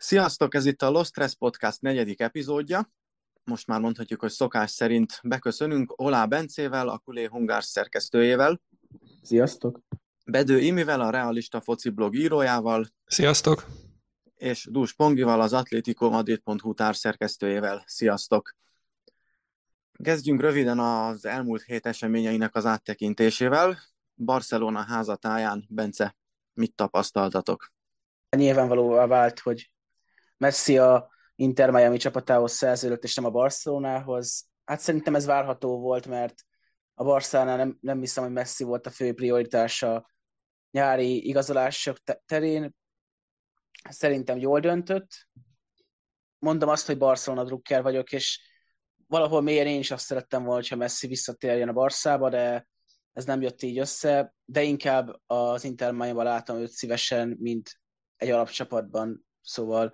Sziasztok, ez itt a Lost Stress Podcast negyedik epizódja. Most már mondhatjuk, hogy szokás szerint beköszönünk Olá Bencével, a Kulé Hungárs szerkesztőjével, Sziasztok! Bedő Imivel, a Realista Foci blog írójával, Sziasztok! és Dus Pongival, az Atlético társszerkesztőjével. Sziasztok! Kezdjünk röviden az elmúlt hét eseményeinek az áttekintésével. Barcelona házatáján, Bence, mit tapasztaltatok? Nyilvánvalóvá vált, hogy Messi a Inter Miami csapatához szerződött, és nem a Barcelonához. Hát szerintem ez várható volt, mert a Barcelonánál nem hiszem, hogy Messi volt a fő prioritása nyári igazolások terén. Szerintem jól döntött. Mondom azt, hogy Barcelona drukker vagyok, és valahol mélyen én is azt szerettem volna, hogyha Messi visszatérjen a Barszába, de ez nem jött így össze, de inkább az Inter Miamiban látom őt szívesen, mint egy alapcsapatban, szóval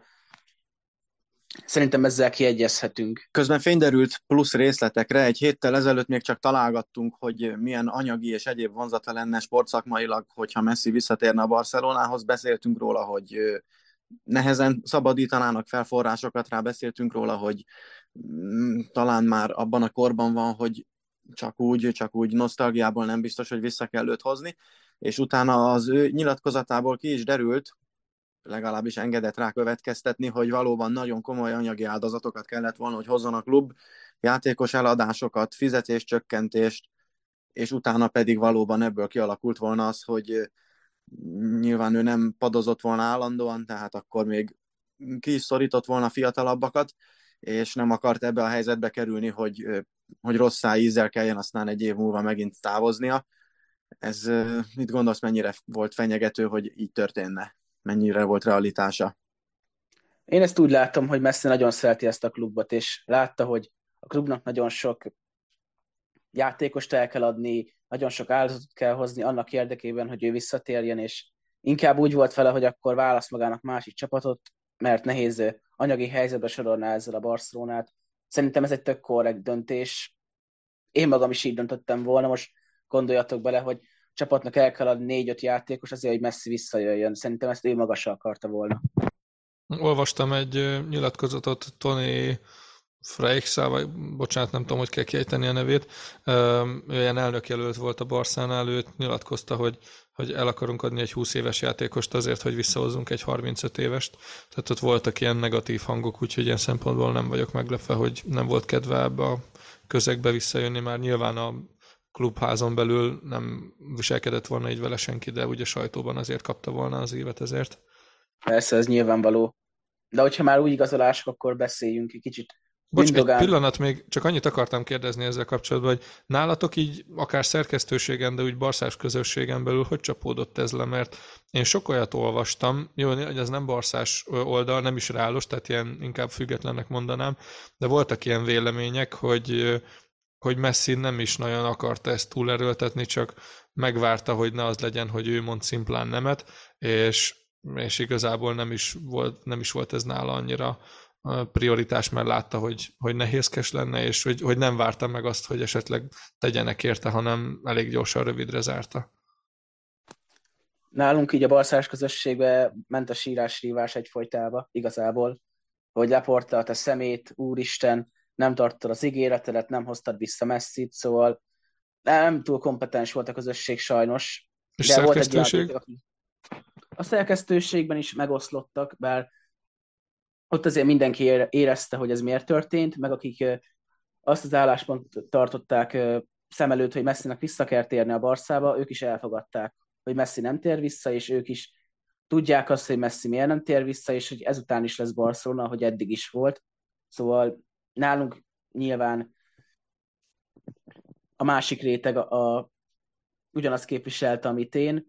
szerintem ezzel kiegyezhetünk. Közben fényderült plusz részletekre. Egy héttel ezelőtt még csak találgattunk, hogy milyen anyagi és egyéb vonzata lenne sportszakmailag, hogyha Messi visszatérne a Barcelonához. Beszéltünk róla, hogy nehezen szabadítanának fel forrásokat rá, beszéltünk róla, hogy talán már abban a korban van, hogy csak úgy nosztalgiából nem biztos, hogy vissza kell őt hozni, és utána az ő nyilatkozatából ki is derült, legalábbis engedett rá következtetni, hogy valóban nagyon komoly anyagi áldozatokat kellett volna, hogy hozzon a klub, játékos eladásokat, fizetéscsökkentést, és utána pedig valóban ebből kialakult volna az, hogy nyilván ő nem padozott volna állandóan, tehát akkor még ki is szorított volna fiatalabbakat, és nem akart ebbe a helyzetbe kerülni, hogy rosszá ízzel kelljen aztán egy év múlva megint távoznia. Ez mit gondolsz, mennyire volt fenyegető, hogy így történne? Mennyire volt realitása? Én ezt úgy látom, hogy Messi nagyon szereti ezt a klubot, és látta, hogy a klubnak nagyon sok játékost el kell adni, nagyon sok áldozatot kell hozni annak érdekében, hogy ő visszatérjen, és inkább úgy volt vele, hogy akkor választ magának másik csapatot, mert nehéz anyagi helyzetbe sorolná ezzel a Barcelonát. Szerintem ez egy tök korrekt döntés. Én magam is így döntöttem volna, most gondoljatok bele, hogy a csapatnak el kell adni 4-5 játékos azért, hogy Messi visszajöjjön. Szerintem ezt ő maga se akarta volna. Olvastam egy nyilatkozatot Tony Freixel, vagy bocsánat, nem tudom, hogy kell kiejteni a nevét. Ő ilyen elnökjelölt volt a Barszánál, őt nyilatkozta, hogy el akarunk adni egy 20 éves játékost azért, hogy visszahozzunk egy 35 évest. Tehát ott voltak ilyen negatív hangok, úgyhogy ilyen szempontból nem vagyok meglepve, hogy nem volt kedve ebbe a közegbe visszajönni. Már nyilván a klubházon belül nem viselkedett volna így vele senki, de ugye sajtóban azért kapta volna az évet ezért. Persze, ez nyilvánvaló. De hogyha már új igazolások, akkor beszéljünk egy kicsit. Bocs, Gündogán. egy pillanat még, csak annyit akartam kérdezni ezzel kapcsolatban, hogy nálatok így akár szerkesztőségen, de úgy barszás közösségen belül hogy csapódott ez le, mert én sok olyat olvastam, jó, hogy ez nem barszás oldal, nem is rálos, tehát ilyen inkább függetlennek mondanám, de voltak ilyen vélemények, hogy Messi nem is nagyon akarta ezt túlerőltetni, csak megvárta, hogy ne az legyen, hogy ő mond szimplán nemet, és igazából nem is volt ez nála annyira prioritás, mert látta, hogy nehézkes lenne, és hogy nem várta meg azt, hogy esetleg tegyenek érte, hanem elég gyorsan, rövidre zárta. Nálunk így a barszás közösségben ment a sírás-rívás egyfolytába, igazából, hogy Laporta, te szemét, úristen, nem tartottad az ígéretedet, nem hoztad vissza Messit, szóval nem túl kompetens volt a közösség sajnos. És De volt egy szerkesztőség? játék, a szerkesztőségben is megoszlottak, bár ott azért mindenki érezte, hogy ez miért történt, meg akik azt az álláspontot tartották szem előtt, hogy Messinek vissza kell térni a Barszába, ők is elfogadták, hogy Messi nem tér vissza, és ők is tudják azt, hogy Messi miért nem tér vissza, és hogy ezután is lesz Barcelona, hogy eddig is volt. Szóval nálunk nyilván a másik réteg ugyanazt képviselte, amit én,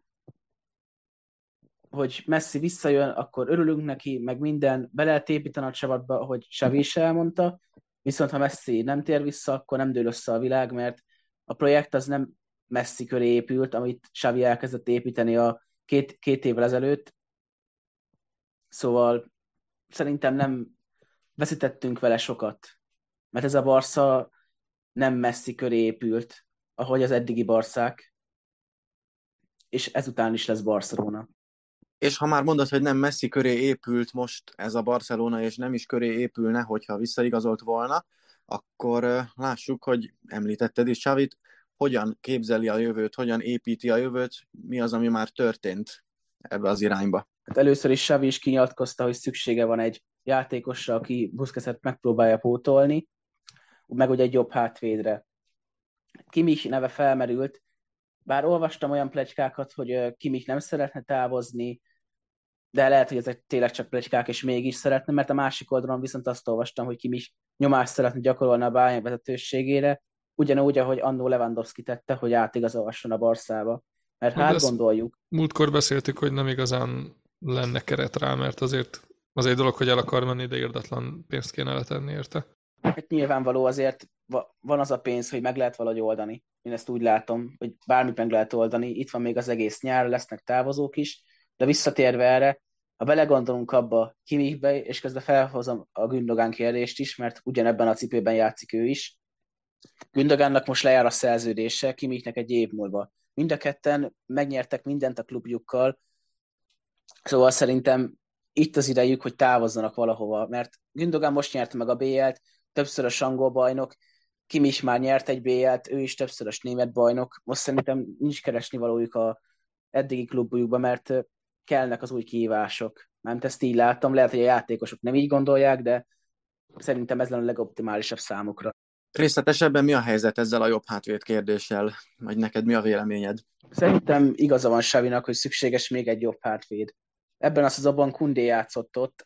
hogy Messi visszajön, akkor örülünk neki, meg minden, be lehet építeni a csapatba, ahogy Xavi is elmondta, viszont ha Messi nem tér vissza, akkor nem dől össze a világ, mert a projekt az nem Messi köré épült, amit Xavi elkezdett építeni a két évvel ezelőtt, szóval szerintem nem veszítettünk vele sokat, mert ez a Barca nem Messi köré épült, ahogy az eddigi Barszák, és ezután is lesz Barcelona. És ha már mondod, hogy nem Messi köré épült most ez a Barcelona, és nem is köré épülne, hogyha visszaigazolt volna, akkor lássuk, hogy említetted is Xavit, hogyan képzeli a jövőt, hogyan építi a jövőt, mi az, ami már történt ebbe az irányba. Hát először is Xavi is kinyilatkozta, hogy szüksége van egy játékosra, aki Busquetset megpróbálja pótolni, meg ugye egy jobb hátvédre. Kimmich neve felmerült, bár olvastam olyan pletykákat, hogy Kimmich nem szeretne távozni, de lehet, hogy ezek tényleg csak pletykák, és mégis szeretne, mert a másik oldalon viszont azt olvastam, hogy Kimmich nyomást szeretne gyakorolni a Bayern vezetőségére, ugyanúgy, ahogy annó Lewandowski tette, hogy átigazolhasson a Barszába. Mert hát gondoljuk. Múltkor beszéltük, hogy nem igazán lenne keret rá, mert azért az egy dolog, hogy el akar menni, de irdatlan pénzt kéne letenni érte. Hát nyilvánvaló azért van az a pénz, hogy meg lehet valahogy oldani. Én ezt úgy látom, hogy bármit meg lehet oldani. Itt van még az egész nyár, lesznek távozók is, de visszatérve erre, ha belegondolunk abba Kimmichbe, és közben felhozom a Gündogan kérdést is, mert ugyanebben a cipőben játszik ő is. Gündogannak most lejár a szerződése, Kimmichnek egy év múlva. Mind a ketten megnyertek mindent a klubjukkal, szóval szerintem itt az idejük, hogy távozzanak valahova, mert Gündogan most nyerte meg a BL-t, többszörös angol bajnok, Kimmich már nyert egy BL-t, ő is többszörös német bajnok, most szerintem nincs keresni valójuk a eddigi klubjukba, mert kellnek az új kihívások. Nem ezt így láttam, lehet, hogy a játékosok nem így gondolják, de szerintem ez lenne a legoptimálisabb számukra. Részletesebben mi a helyzet ezzel a jobb hátvéd kérdéssel? Vagy neked mi a véleményed? Szerintem igaza van Xavinak, hogy szükséges még egy jobb hátvéd. Ebben az szezonban Koundé játszott ott,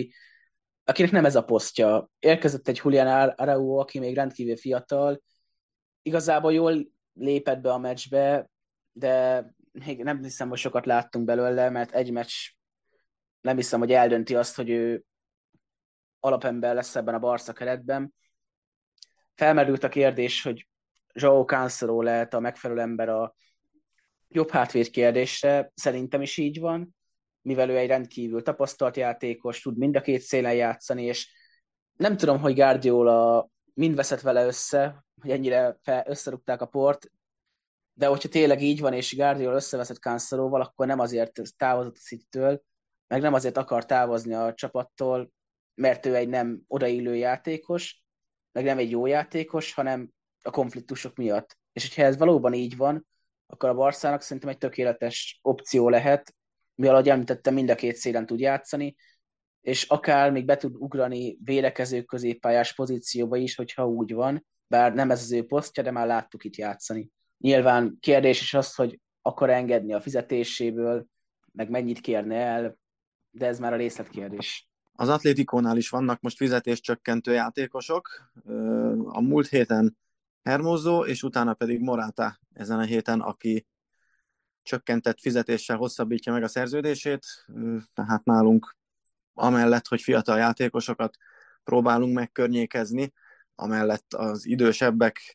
akinek nem ez a posztja. Érkezett egy Julián Araujo, aki még rendkívül fiatal. Igazából jól lépett be a meccsbe, de még nem hiszem, hogy sokat láttunk belőle, mert egy meccs nem hiszem, hogy eldönti azt, hogy ő alapember lesz ebben a Barca keretben. Felmerült a kérdés, hogy João Cancelo lehet a megfelelő ember a jobb hátvéd kérdésre. Szerintem is így van, mivel ő egy rendkívül tapasztalt játékos, tud mind a két szélen játszani, és nem tudom, hogy Guardiola mind veszett vele össze, hogy ennyire összerúgták a port, de hogyha tényleg így van, és Guardiola összeveszett Cancelóval, akkor nem azért távozott a City-től, meg nem azért akar távozni a csapattól, mert ő egy nem odaillő játékos, meg nem egy jó játékos, hanem a konfliktusok miatt. És hogyha ez valóban így van, akkor a Barszának szerintem egy tökéletes opció lehet, mivel, ahogy említettem, mind a két szélen tud játszani, és akár még be tud ugrani védekező középpályás pozícióba is, hogyha úgy van, bár nem ez az ő posztja, de már láttuk itt játszani. Nyilván kérdés is az, hogy akar engedni a fizetéséből, meg mennyit kérne el, de ez már a részletkérdés. Az Atlétikónál is vannak most fizetéscsökkentő játékosok. A múlt héten Hermoso, és utána pedig Morata ezen a héten, aki csökkentett fizetéssel hosszabbítja meg a szerződését. Tehát nálunk amellett, hogy fiatal játékosokat próbálunk megkörnyékezni, amellett az idősebbek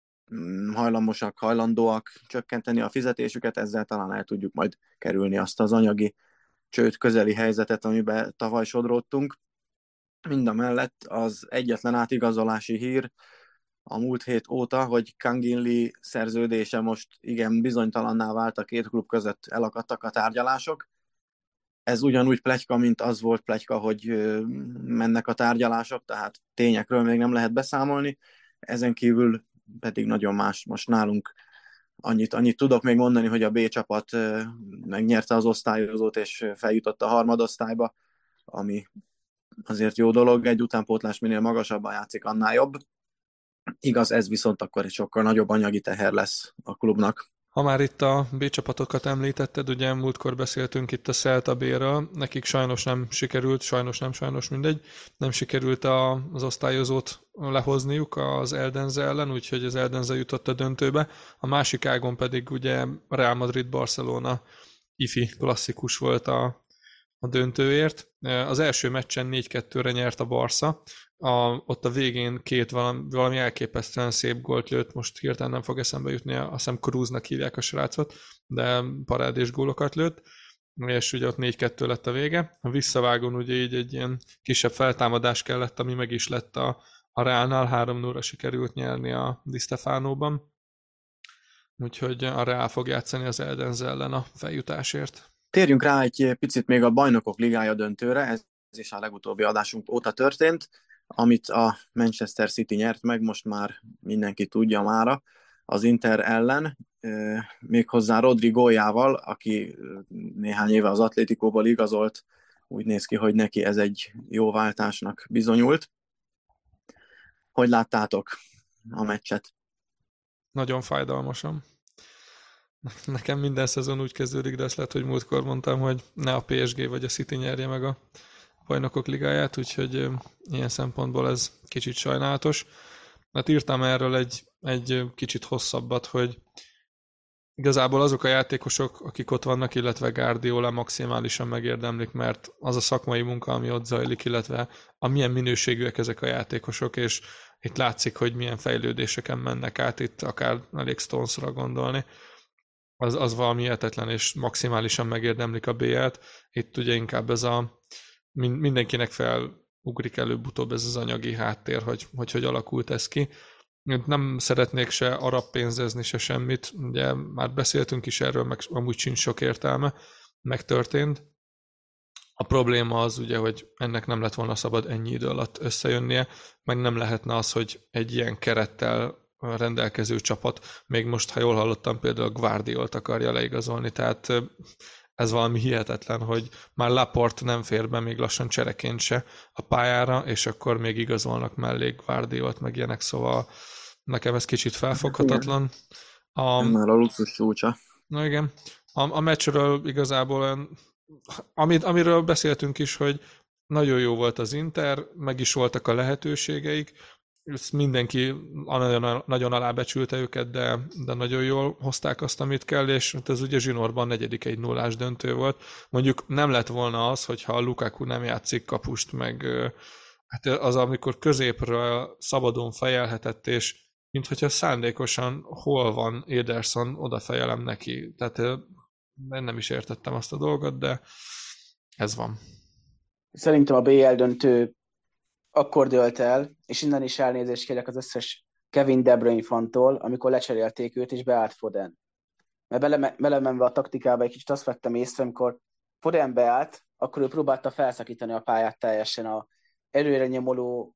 hajlandóak csökkenteni a fizetésüket, ezzel talán el tudjuk majd kerülni azt az anyagi csőd közeli helyzetet, amiben tavaly sodródtunk. Mindamellett az egyetlen átigazolási hír a múlt hét óta, hogy Kanginli szerződése most igen bizonytalanná vált, a két klub között elakadtak a tárgyalások. Ez ugyanúgy pletyka, mint az volt pletyka, hogy mennek a tárgyalások, tehát tényekről még nem lehet beszámolni. Ezen kívül pedig nagyon más most nálunk. Annyit tudok még mondani, hogy a B csapat megnyerte az osztályozót, és feljutott a harmadosztályba, ami azért jó dolog, egy utánpótlás minél magasabban játszik, annál jobb. Igaz, ez viszont akkor egy sokkal nagyobb anyagi teher lesz a klubnak. Ha már itt a B csapatokat említetted, ugye múltkor beszéltünk itt a Celta B-ről, nekik sajnos nem sikerült, sajnos mindegy, nem sikerült az osztályozót lehozniuk az Eldense ellen, úgyhogy az Eldense jutott a döntőbe. A másik ágon pedig ugye Real Madrid-Barcelona ifi klasszikus volt a döntőért. Az első meccsen 4-2-re nyert a Barca, ott a végén két valami elképesztően szép gólt lőtt, most hirtelen nem fog eszembe jutni, azt hiszem Cruznak hívják a srácot, de parádés gólokat lőtt, és ugye ott 4-2 lett a vége. A visszavágón ugye így egy ilyen kisebb feltámadás kellett, ami meg is lett a Realnál, 3-0-ra sikerült nyerni a Di Stefánóban, úgyhogy a Real fog játszani az Eldense ellen a feljutásért. Térjünk rá egy picit még a Bajnokok Ligája döntőre, ez is a legutóbbi adásunk óta történt, amit a Manchester City nyert meg, most már mindenki tudja mára, az Inter ellen, méghozzá Rodri góljával, aki néhány éve az Atlétikóból igazolt, úgy néz ki, hogy neki ez egy jó váltásnak bizonyult. Hogy láttátok a meccset? Nagyon fájdalmasan. Nekem minden szezon úgy kezdődik, de azt lehet, hogy múltkor mondtam, hogy ne a PSG vagy a City nyerje meg a Bajnokok Ligáját, úgyhogy ilyen szempontból ez kicsit sajnálatos. Hát írtam erről egy kicsit hosszabbat, hogy igazából azok a játékosok, akik ott vannak, illetve Guardiola maximálisan megérdemlik, mert az a szakmai munka, ami ott zajlik, illetve amilyen minőségűek ezek a játékosok, és itt látszik, hogy milyen fejlődéseken mennek át, itt akár elég Stonesra gondolni, az valami hihetetlen, és maximálisan megérdemlik a BL-t. Itt ugye inkább ez a mindenkinek felugrik előbb-utóbb ez az anyagi háttér, hogy alakult ez ki. Nem szeretnék se arab pénzezni, se semmit. Ugye már beszéltünk is erről, meg amúgy sincs sok értelme, megtörtént. A probléma az ugye, hogy ennek nem lett volna szabad ennyi idő alatt összejönnie, meg nem lehetne az, hogy egy ilyen kerettel rendelkező csapat, még most, ha jól hallottam, például Guardiolt akarja leigazolni, tehát ez valami hihetetlen, hogy már Laporte nem fér be még lassan csereként se a pályára, és akkor még igazolnak mellé Guardiolt, meg ilyenek, szóval nekem ez kicsit felfoghatatlan. Már a luxus csúcsa. Na igen. A meccsről igazából amiről beszéltünk is, hogy nagyon jó volt az Inter, meg is voltak a lehetőségeik, ezt mindenki nagyon alábecsülte őket, de nagyon jól hozták azt, amit kell, és ez ugye zsinórban 4-1-0-ás döntő volt. Mondjuk nem lett volna az, hogyha a Lukaku nem játszik kapust, meg hát az, amikor középről szabadon fejelhetett, és minthogyha szándékosan hol van Ederson, oda fejelem neki. Tehát én nem is értettem azt a dolgot, de ez van. Szerintem a BL döntő akkor dőlt el, és innen is elnézést kérek az összes Kevin De Bruyne fantól, amikor lecserélték őt, és beállt Foden. Mert belemenve a taktikába egy kicsit azt vettem észre, amikor Foden beállt, akkor ő próbálta felszakítani a pályát teljesen a előre nyomuló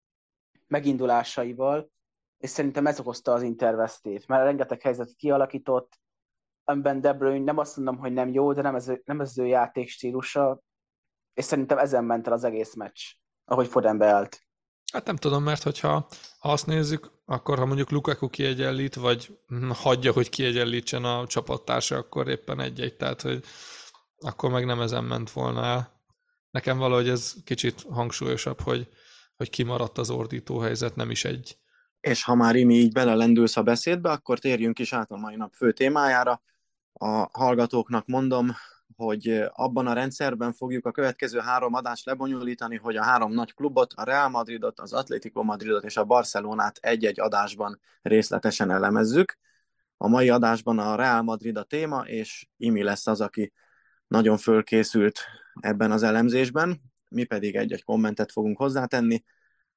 megindulásaival, és szerintem ez okozta az Inter vesztét, mert rengeteg helyzetet kialakított, amiben De Bruyne nem azt mondom, hogy nem jó, de nem ez az ő játékstílusa, és szerintem ezen ment el az egész meccs, ahogy Foden beállt. Hát nem tudom, mert hogyha azt nézzük, akkor ha mondjuk Lukaku kiegyenlít, vagy hagyja, hogy kiegyenlítsen a csapattársa, akkor éppen 1-1, tehát hogy akkor meg nem ezen ment volna el. Nekem valahogy ez kicsit hangsúlyosabb, hogy kimaradt az ordító helyzet, nem is egy. És ha már Imi így belelendülsz a beszédbe, akkor térjünk is át a mai nap fő témájára. A hallgatóknak mondom, hogy abban a rendszerben fogjuk a következő 3 adást lebonyolítani, hogy a 3 nagy klubot, a Real Madridot, az Atlético Madridot és a Barcelonát egy-egy adásban részletesen elemezzük. A mai adásban a Real Madrid a téma, és Imi lesz az, aki nagyon fölkészült ebben az elemzésben, mi pedig egy-egy kommentet fogunk hozzátenni.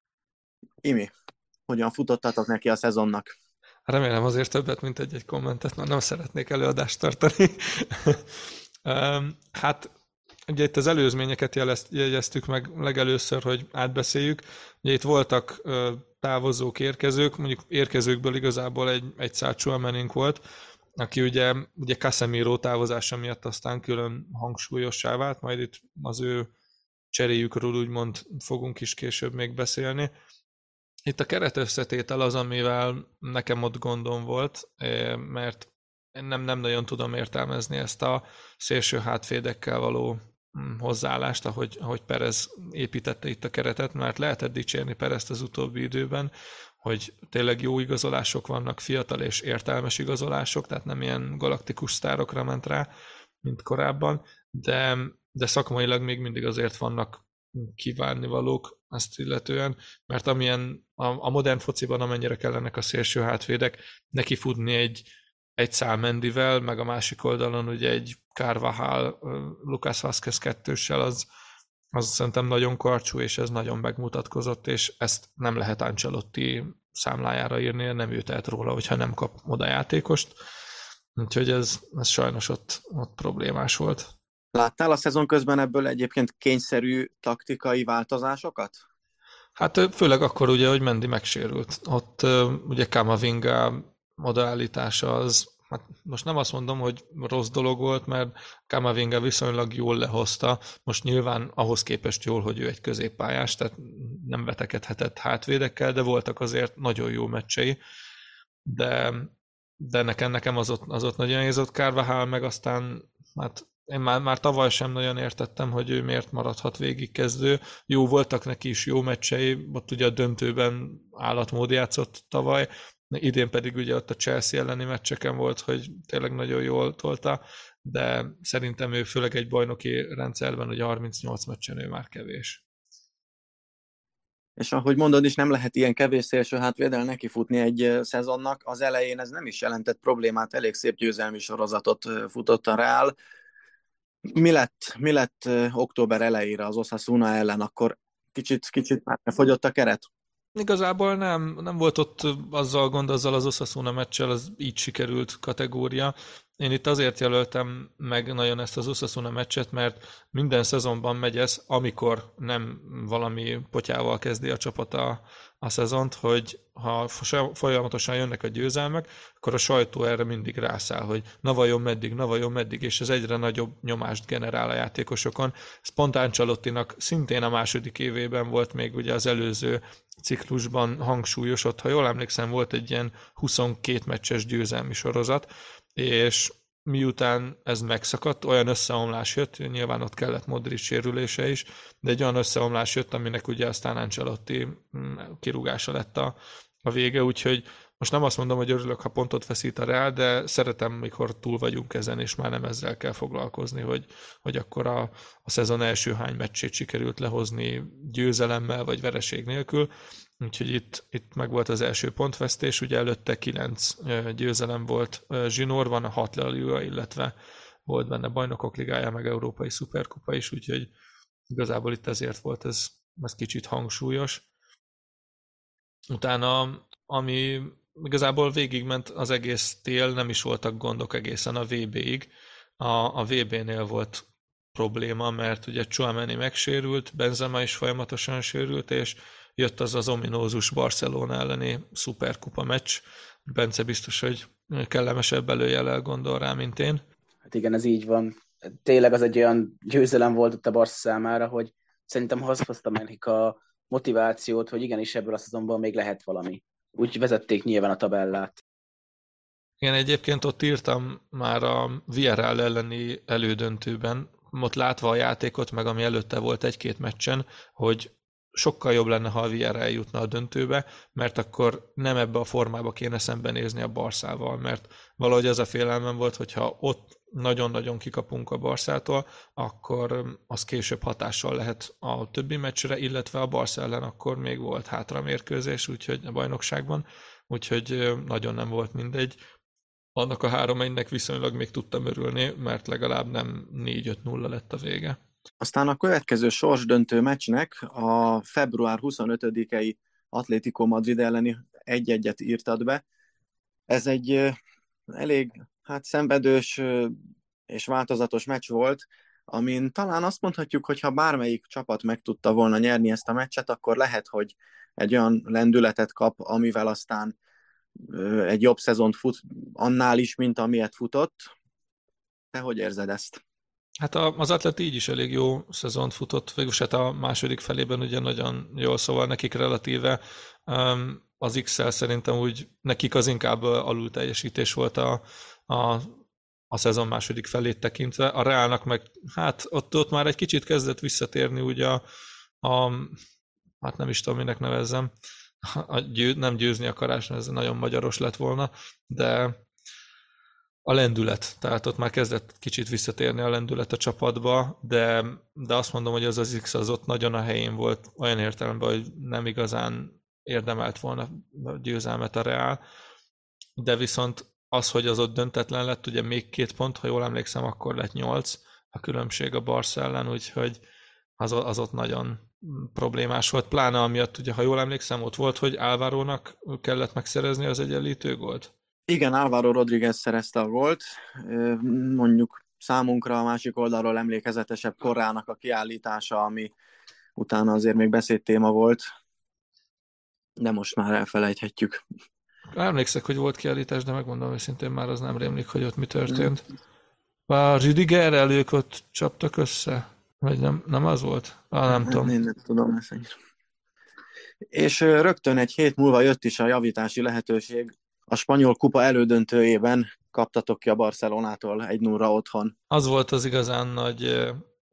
Imi, hogyan futottatok neki a szezonnak? Remélem azért többet, mint egy-egy kommentet, mert nem szeretnék előadást tartani. Hát ugye itt az előzményeket jegyeztük meg legelőször, hogy átbeszéljük. Ugye itt voltak távozók, érkezők, mondjuk érkezőkből igazából egy Tchouaménink volt, aki ugye Casemiro távozása miatt aztán külön hangsúlyossá vált, majd itt az ő cseréjükről úgymond fogunk is később még beszélni. Itt a keret összetétel az, amivel nekem ott gondom volt, mert én nem nagyon tudom értelmezni ezt a szélső hátvédekkel való hozzáállást, ahogy Perez építette itt a keretet, mert lehetett dicsérni Perezt az utóbbi időben, hogy tényleg jó igazolások vannak, fiatal és értelmes igazolások, tehát nem ilyen galaktikus sztárokra ment rá, mint korábban, de szakmailag még mindig azért vannak kívánnivalók ezt illetően, mert amilyen a modern fociban, amennyire kellenek a szélső hátvédek, neki futni egy Saúl Mendyvel, meg a másik oldalon ugye egy Carvajal, Lucas Vázquez kettőssel, az szerintem nagyon karcsú, és ez nagyon megmutatkozott, és ezt nem lehet Ancelotti számlájára írni, nem ő tehet róla, hogyha nem kap oda játékost. Úgyhogy ez sajnos ott problémás volt. Láttál a szezon közben ebből egyébként kényszerű taktikai változásokat? Hát főleg akkor ugye, hogy Mendy megsérült. Ott ugye Kamavinga odaállítása az, hát most nem azt mondom, hogy rossz dolog volt, mert Kamavinga viszonylag jól lehozta. Most nyilván ahhoz képest jól, hogy ő egy középpályás, tehát nem vetekedhetett hátvédekkel, de voltak azért nagyon jó meccsei. De, de nekem az ott nagyon ézott. Carvajal meg aztán, hát én már tavaly sem nagyon értettem, hogy ő miért maradhat végig kezdő. Jó voltak neki is jó meccsei, ott ugye a döntőben állatmód játszott tavaly, idén pedig ugye ott a Chelsea elleni meccseken volt, hogy tényleg nagyon jól tolta, de szerintem ő főleg egy bajnoki rendszerben, ugye 38 meccsen ő már kevés. És ahogy mondod is, nem lehet ilyen kevés szélső hátvéddel nekifutni egy szezonnak. Az elején ez nem is jelentett problémát, elég szép győzelmi sorozatot futott a Real. Mi lett október elejére az Osasuna ellen? Akkor kicsit már fogyott a keret? Igazából nem volt ott azzal gond, azzal az Osasuna meccsel, az így sikerült kategória. Én itt azért jelöltem meg nagyon ezt az Osasuna meccset, mert minden szezonban megy ez, amikor nem valami potyával kezdi a csapat a szezont, hogy ha folyamatosan jönnek a győzelmek, akkor a sajtó erre mindig rászáll, hogy na vajon meddig, és ez egyre nagyobb nyomást generál a játékosokon. Ez pont Ancelottinak szintén a második évében volt még ugye az előző ciklusban hangsúlyosod, ha jól emlékszem, volt egy ilyen 22 meccses győzelmi sorozat, és miután ez megszakadt, olyan összeomlás jött, nyilván ott kellett Modric sérülése is, de egy olyan összeomlás jött, aminek ugye aztán Ancelotti kirúgása lett a vége, úgyhogy most nem azt mondom, hogy örülök, ha pontot veszít a Real, de szeretem, mikor túl vagyunk ezen, és már nem ezzel kell foglalkozni, hogy akkor a szezon első hány meccsét sikerült lehozni győzelemmel vagy vereség nélkül. Úgyhogy itt meg volt az első pontvesztés, ugye előtte 9 győzelem volt zsinórban, a 6 La Liga, illetve volt benne Bajnokok Ligája, meg Európai Szuperkupa is, úgyhogy igazából itt ezért volt ez kicsit hangsúlyos. Utána, ami igazából végigment az egész tél, nem is voltak gondok egészen a VB-ig. A VB-nél volt probléma, mert ugye Tchouaméni megsérült, Benzema is folyamatosan sérült, és jött az ominózus Barcelona elleni szuperkupa meccs. Bence biztos, hogy kellemesebb előjellel gondol rá, mint én. Hát igen, ez így van. Tényleg az egy olyan győzelem volt ott a Barca számára, hogy szerintem hozta nekik a motivációt, hogy igenis ebből a szezonban még lehet valami. Úgy vezették nyilván a tabellát. Igen, egyébként ott írtam már a Villarreal elleni elődöntőben, ott látva a játékot, meg ami előtte volt egy-két meccsen, hogy sokkal jobb lenne, ha a Villarreal jutna a döntőbe, mert akkor nem ebbe a formába kéne szembenézni a Barszával, mert valahogy az a félelmem volt, hogyha ott nagyon-nagyon kikapunk a Barszától, akkor az később hatással lehet a többi meccsre, illetve a Barca ellen akkor még volt hátramérkőzés, úgyhogy a bajnokságban, úgyhogy nagyon nem volt mindegy. Annak a 3-1-nek viszonylag még tudtam örülni, mert legalább nem 4-5-0 lett a vége. Aztán a következő sorsdöntő meccsnek a február 25-i Atlético Madrid elleni 1-1-et írtad be. Ez egy elég szenvedős és változatos meccs volt, amin talán azt mondhatjuk, hogy ha bármelyik csapat meg tudta volna nyerni ezt a meccset, akkor lehet, hogy egy olyan lendületet kap, amivel aztán egy jobb szezont fut annál is, mint amilyet futott. Te hogy érzed ezt? Hát az Atleti így is elég jó szezont futott, végülis hát a második felében ugye nagyon jól, szóval nekik relatíve az XL szerintem úgy, nekik az inkább alul teljesítés volt a szezon második felét tekintve. A Realnak meg, hát ott már egy kicsit kezdett visszatérni ugye hát nem is tudom, minek nevezzem, nem győzni akarás, ez nagyon magyaros lett volna, de a lendület, tehát ott már kezdett kicsit visszatérni a lendület a csapatba, de azt mondom, hogy az X az ott nagyon a helyén volt, olyan értelemben, hogy nem igazán érdemelt volna győzelmet a Real, de viszont az, hogy az ott döntetlen lett, ugye még 2 pont, ha jól emlékszem, akkor lett 8 a különbség a Barca ellen, úgyhogy az ott nagyon problémás volt, pláne amiatt, ugye, ha jól emlékszem, ott volt, hogy Álvarónak kellett megszerezni az egyenlítő gólt. Igen, Álvaro Rodríguez szerezte a gólt, mondjuk számunkra a másik oldalról emlékezetesebb korának a kiállítása, ami utána azért még beszédtéma volt, de most már elfelejthetjük. Emlékszek, hogy volt kiállítás, de megmondom őszintén, már az nem rémlik, hogy ott mi történt. A Rüdigerrel ők ott csaptak össze? Vagy nem az volt? Nem tudom. Én nem tudom ezt annyira. És rögtön egy hét múlva jött is a javítási lehetőség. A spanyol kupa elődöntőjében kaptatok ki a Barcelonától 1-0 otthon. Az volt az igazán nagy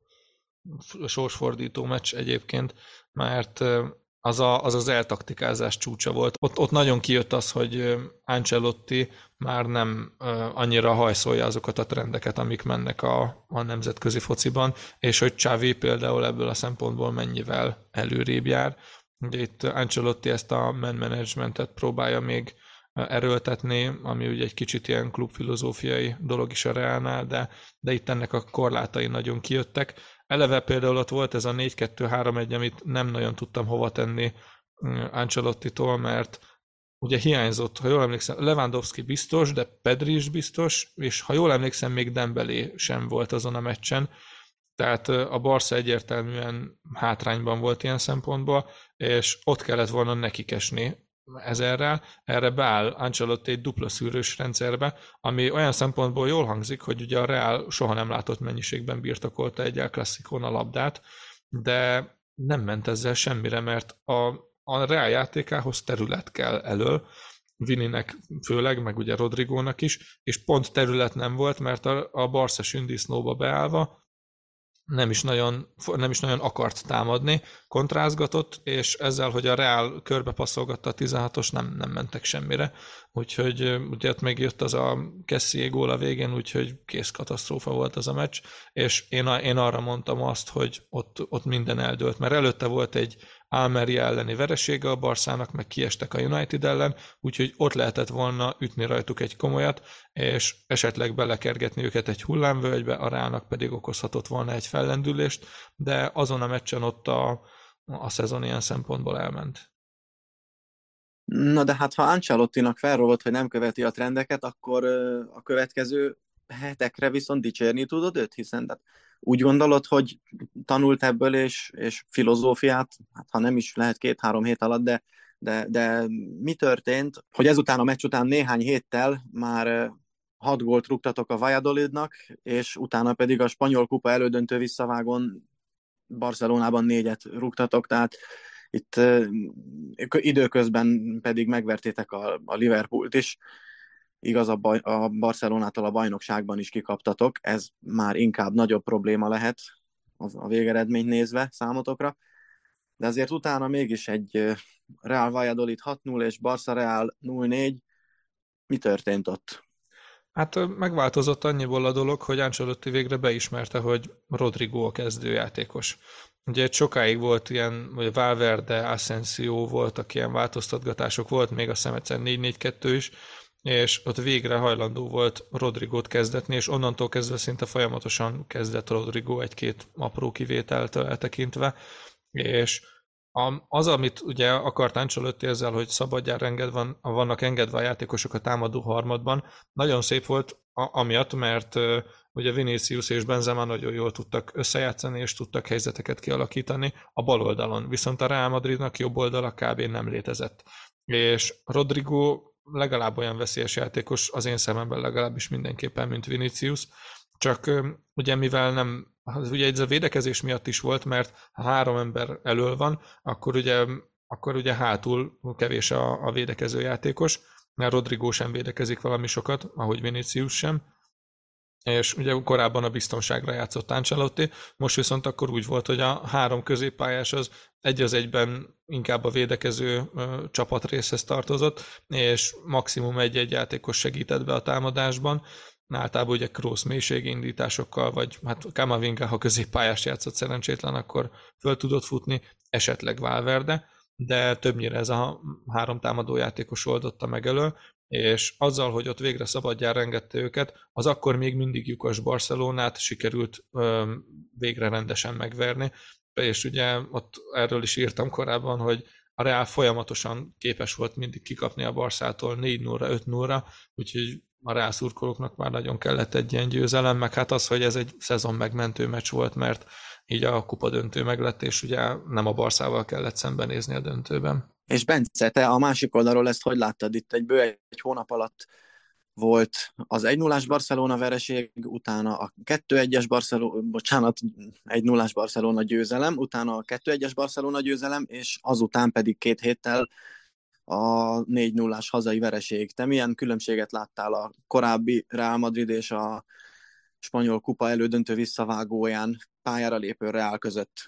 sorsfordító meccs egyébként, mert az eltaktikázás csúcsa volt. Ott nagyon kijött az, hogy Ancelotti már nem annyira hajszolja azokat a trendeket, amik mennek a nemzetközi fociban, és hogy Xavi például ebből a szempontból mennyivel előrébb jár. Ugye itt Ancelotti ezt a man managementet próbálja még erőltetni, ami ugye egy kicsit ilyen klubfilozófiai dolog is a Realnál, de itt ennek a korlátai nagyon kijöttek. Eleve például ott volt ez a 4-2-3-1, amit nem nagyon tudtam hova tenni Ancelottitól, mert ugye hiányzott, ha jól emlékszem, Lewandowski biztos, de Pedri is biztos, és ha jól emlékszem, még Dembélé sem volt azon a meccsen, tehát a Barca egyértelműen hátrányban volt ilyen szempontból, és ott kellett volna nekik esni ezerrel, erre beáll Ancelotti egy dupla szűrős rendszerbe, ami olyan szempontból jól hangzik, hogy ugye a Real soha nem látott mennyiségben birtokolta egy El Clasicón a labdát, de nem ment ezzel semmire, mert a Real játékához terület kell elől, Vininek főleg, meg ugye Rodrigónak is, és pont terület nem volt, mert a Barca sündisznóba beállva nem is nagyon akart támadni, kontrázgatott, és ezzel, hogy a Real körbepasszolgatta a 16-os, nem mentek semmire. Úgyhogy ugye ott még jött az a Kessié gól a végén, úgyhogy kész katasztrófa volt az a meccs, és én arra mondtam azt, hogy ott minden eldőlt, mert előtte volt egy Almeria elleni veresége a Barszának, meg kiestek a United ellen, úgyhogy ott lehetett volna ütni rajtuk egy komolyat, és esetleg belekergetni őket egy hullámvölgybe, a Realnak pedig okozhatott volna egy fellendülést, de azon a meccsen ott a szezon ilyen szempontból elment. Na de hát ha Ancelottinak felrólott, hogy nem követi a trendeket, akkor a következő hetekre viszont dicsérni tudod őt, hiszen tehát úgy gondolod, hogy tanult ebből, és filozófiát, hát ha nem is lehet 2-3 hét alatt, de mi történt, hogy ezután a meccs után néhány héttel már 6 gólt rúgtatok a Valladolidnak, és utána pedig a spanyol kupa elődöntő visszavágón Barcelonában 4-et rúgtatok, tehát itt időközben pedig megvertétek a Liverpoolt is, igaz, a Barcelonától a bajnokságban is kikaptatok, ez már inkább nagyobb probléma lehet a végeredményt nézve számotokra, de azért utána mégis egy Real Valladolid 6-0 és Barca Real 0-4, mi történt ott? Hát megváltozott annyiból a dolog, hogy Ancelotti végre beismerte, hogy Rodrigo a kezdőjátékos. Ugye sokáig volt ilyen, hogy Valverde, Asensio voltak ilyen változtatgatások, volt még a Szemecen 4-4-2 is, és ott végre hajlandó volt Rodrigót kezdetni, és onnantól kezdve szinte folyamatosan kezdett Rodrigo egy-két apró kivételt eltekintve, és az, amit ugye akart Ancelotti ezzel, hogy szabadjára vannak engedve a játékosok a támadó harmadban, nagyon szép volt amiatt, mert ugye Vinicius és Benzema nagyon jól tudtak összejátszani, és tudtak helyzeteket kialakítani a bal oldalon, viszont a Real Madridnak jobb oldala kb. Nem létezett. És Rodrigo legalább olyan veszélyes játékos, az én szememben legalábbis mindenképpen, mint Vinicius, csak ugye mivel nem, ugye ez a védekezés miatt is volt, mert ha 3 ember elől van, akkor ugye hátul kevés a védekező játékos, mert Rodrigo sem védekezik valami sokat, ahogy Vinicius sem, és ugye korábban a biztonságra játszott Ancelotti, most viszont akkor úgy volt, hogy a 3 középpályás az egyben inkább a védekező csapatrészhez tartozott, és maximum egy játékos segített be a támadásban, általában ugye Kroos mélységindításokkal, vagy hát Camavinga, ha középpályás játszott szerencsétlen, akkor föl tudott futni, esetleg Valverde, de többnyire ez a 3 támadó játékos oldotta meg elő, és azzal, hogy ott végre szabadjára engedte őket, az akkor még mindig lyukas Barcelonát sikerült végre rendesen megverni, és ugye ott erről is írtam korábban, hogy a Real folyamatosan képes volt mindig kikapni a Barszától 4-0-ra, 5-0-ra, úgyhogy a Real szurkolóknak már nagyon kellett egy ilyen győzelem, meg hát az, hogy ez egy szezon megmentő meccs volt, mert így a kupa döntő meglett, és ugye nem a Barszával kellett szembenézni a döntőben. És Bence, te a másik oldalról ezt hogy láttad? Itt egy hónap alatt volt az 1-0-ás Barcelona vereség, utána a 2-1-es Barcelona, 1-0-ás Barcelona győzelem, utána a 2-1-es Barcelona győzelem, és azután pedig 2 héttel a 4-0-ás hazai vereség. Te milyen különbséget láttál a korábbi Real Madrid és a spanyol kupa elődöntő visszavágóján pályára lépő Real között?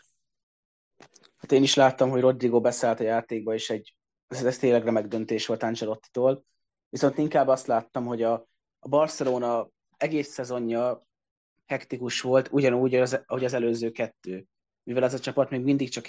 Hát én is láttam, hogy Rodrigo beszállt a játékba, és ez tényleg remek döntés volt Ancelottitól. Viszont inkább azt láttam, hogy a Barcelona egész szezonja hektikus volt, ugyanúgy, ahogy az előző 2. Mivel ez a csapat még mindig csak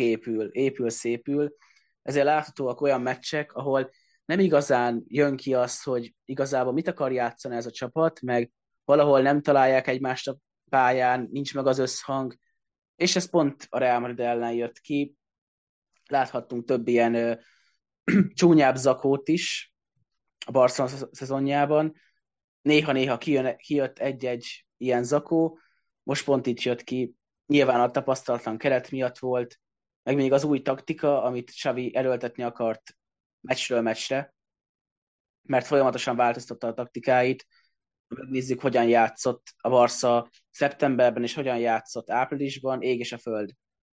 szépül, ezért láthatóak olyan meccsek, ahol nem igazán jön ki az, hogy igazából mit akar játszani ez a csapat, meg valahol nem találják egymást a pályán, nincs meg az összhang, és ez pont a Real Madrid ellen jött ki. Láthattunk több ilyen csúnyább zakót is a Barcelona szezonjában. Néha-néha kijött egy-egy ilyen zakó, most pont itt jött ki. Nyilván a tapasztalatlan keret miatt volt, meg még az új taktika, amit Xavi erőltetni akart meccsről meccsre, mert folyamatosan változtatta a taktikáit. Megnézzük, hogyan játszott a Barca szeptemberben, és hogyan játszott áprilisban, ég és a föld.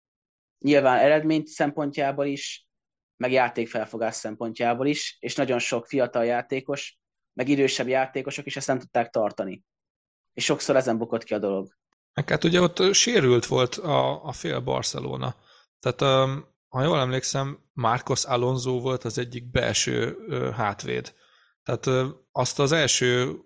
Nyilván eredmény szempontjából is, meg játékfelfogás szempontjából is, és nagyon sok fiatal játékos, meg idősebb játékosok is ezt nem tudták tartani. És sokszor ezen bukott ki a dolog. Meg hát ugye ott sérült volt a fél Barcelona. Tehát ha jól emlékszem, Marcos Alonso volt az egyik belső hátvéd. Tehát azt az első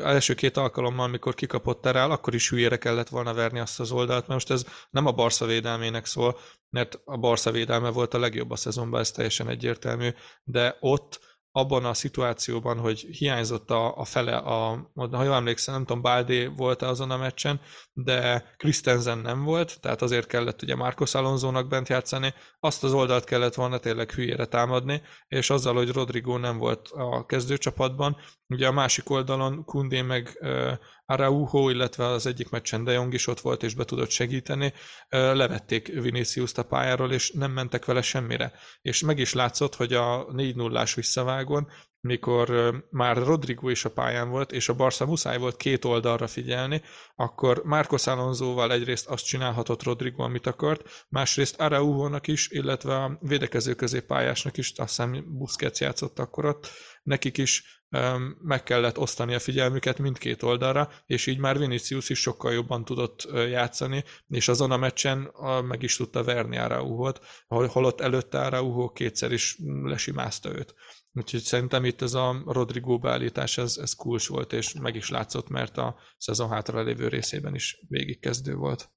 2 alkalommal, amikor kikapott Terál, akkor is hülyére kellett volna verni azt az oldalt, mert most ez nem a Barca védelmének szól, mert a Barca védelme volt a legjobb a szezonban, ez teljesen egyértelmű, de ott abban a szituációban, hogy hiányzott a fele, ha jól emlékszem, nem tudom, Baldé volt azon a meccsen, de Christensen nem volt, tehát azért kellett ugye Marcos Alonsónak bent játszani, azt az oldalt kellett volna tényleg hülyére támadni, és azzal, hogy Rodrigo nem volt a kezdőcsapatban, ugye a másik oldalon Koundé meg Araujo, illetve az egyik meccsen De Jong is ott volt, és be tudott segíteni, levették Viniciust a pályáról, és nem mentek vele semmire. És meg is látszott, hogy a 4-0-ás visszavágón, mikor már Rodrigo is a pályán volt, és a Barca muszáj volt 2 oldalra figyelni, akkor Marcos Alonsóval egyrészt azt csinálhatott Rodrigo, amit akart, másrészt Araujónak is, illetve a védekező középpályásnak is, azt hiszem Busquets játszott akkor ott, nekik is meg kellett osztani a figyelmüket mindkét oldalra, és így már Vinicius is sokkal jobban tudott játszani, és azon a meccsen meg is tudta verni Araujót, holott előtte Araujo 2-szer is lesimázta őt. Úgyhogy szerintem itt ez a Rodrigo beállítás, ez kulcs volt, és meg is látszott, mert a szezon hátralévő részében is végigkezdő volt.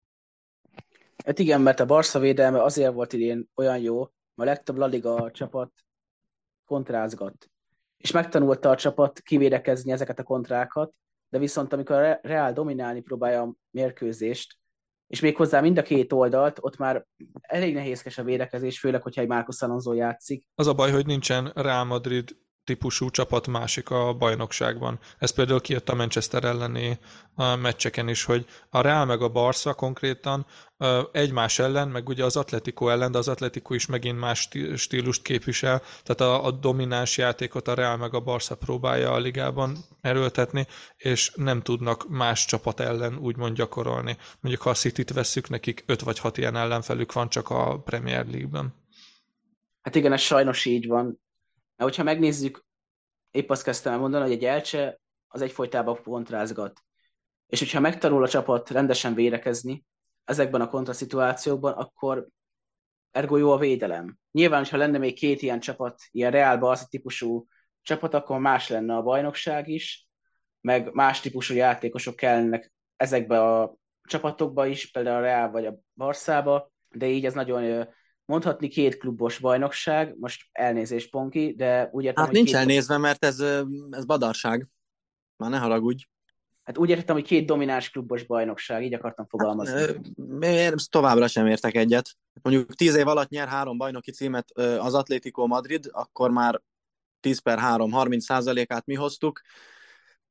Hát igen, mert a Barca védelme azért volt idén olyan jó, mert a legtöbb La Liga csapat kontrázgat. És megtanulta a csapat kivédekezni ezeket a kontrákat, de viszont amikor a Real dominálni próbálja a mérkőzést, és méghozzá mind a 2 oldalt, ott már elég nehézkes a védekezés, főleg, hogyha egy Marcos Alonso játszik. Az a baj, hogy nincsen Real Madrid típusú csapat másik a bajnokságban. Ez például kijött a Manchester elleni meccseken is, hogy a Real meg a Barca konkrétan egymás ellen, meg ugye az Atletico ellen, de az Atletico is megint más stílust képvisel, tehát a domináns játékot a Real meg a Barca próbálja a ligában erőltetni, és nem tudnak más csapat ellen úgymond gyakorolni. Mondjuk ha a Cityt vesszük, nekik 5 vagy 6 ilyen ellenfelük van csak a Premier League-ben. Hát igen, ez sajnos így van. Mert hogyha megnézzük, épp azt kezdtem el mondani, hogy egy Elche az egyfolytában kontrázgat. És hogyha megtanul a csapat rendesen védekezni ezekben a kontraszituációkban, akkor ergo jó a védelem. Nyilván, hogyha lenne még 2 ilyen csapat, ilyen Real Barca típusú csapat, akkor más lenne a bajnokság is, meg más típusú játékosok kellene ezekbe a csapatokba is, például a Real vagy a Barszába, de így ez nagyon mondhatni 2 klubos bajnokság, most elnézés Ponki, de úgy értem, hát nincs elnézve, mert ez badarság. Már ne haragudj. Hát úgy értem, hogy 2 domináns klubos bajnokság, így akartam fogalmazni. Én továbbra sem értek egyet. Mondjuk 10 év alatt nyer 3 bajnoki címet az Atlético Madrid, akkor már 10/3, 30%-át mi hoztuk.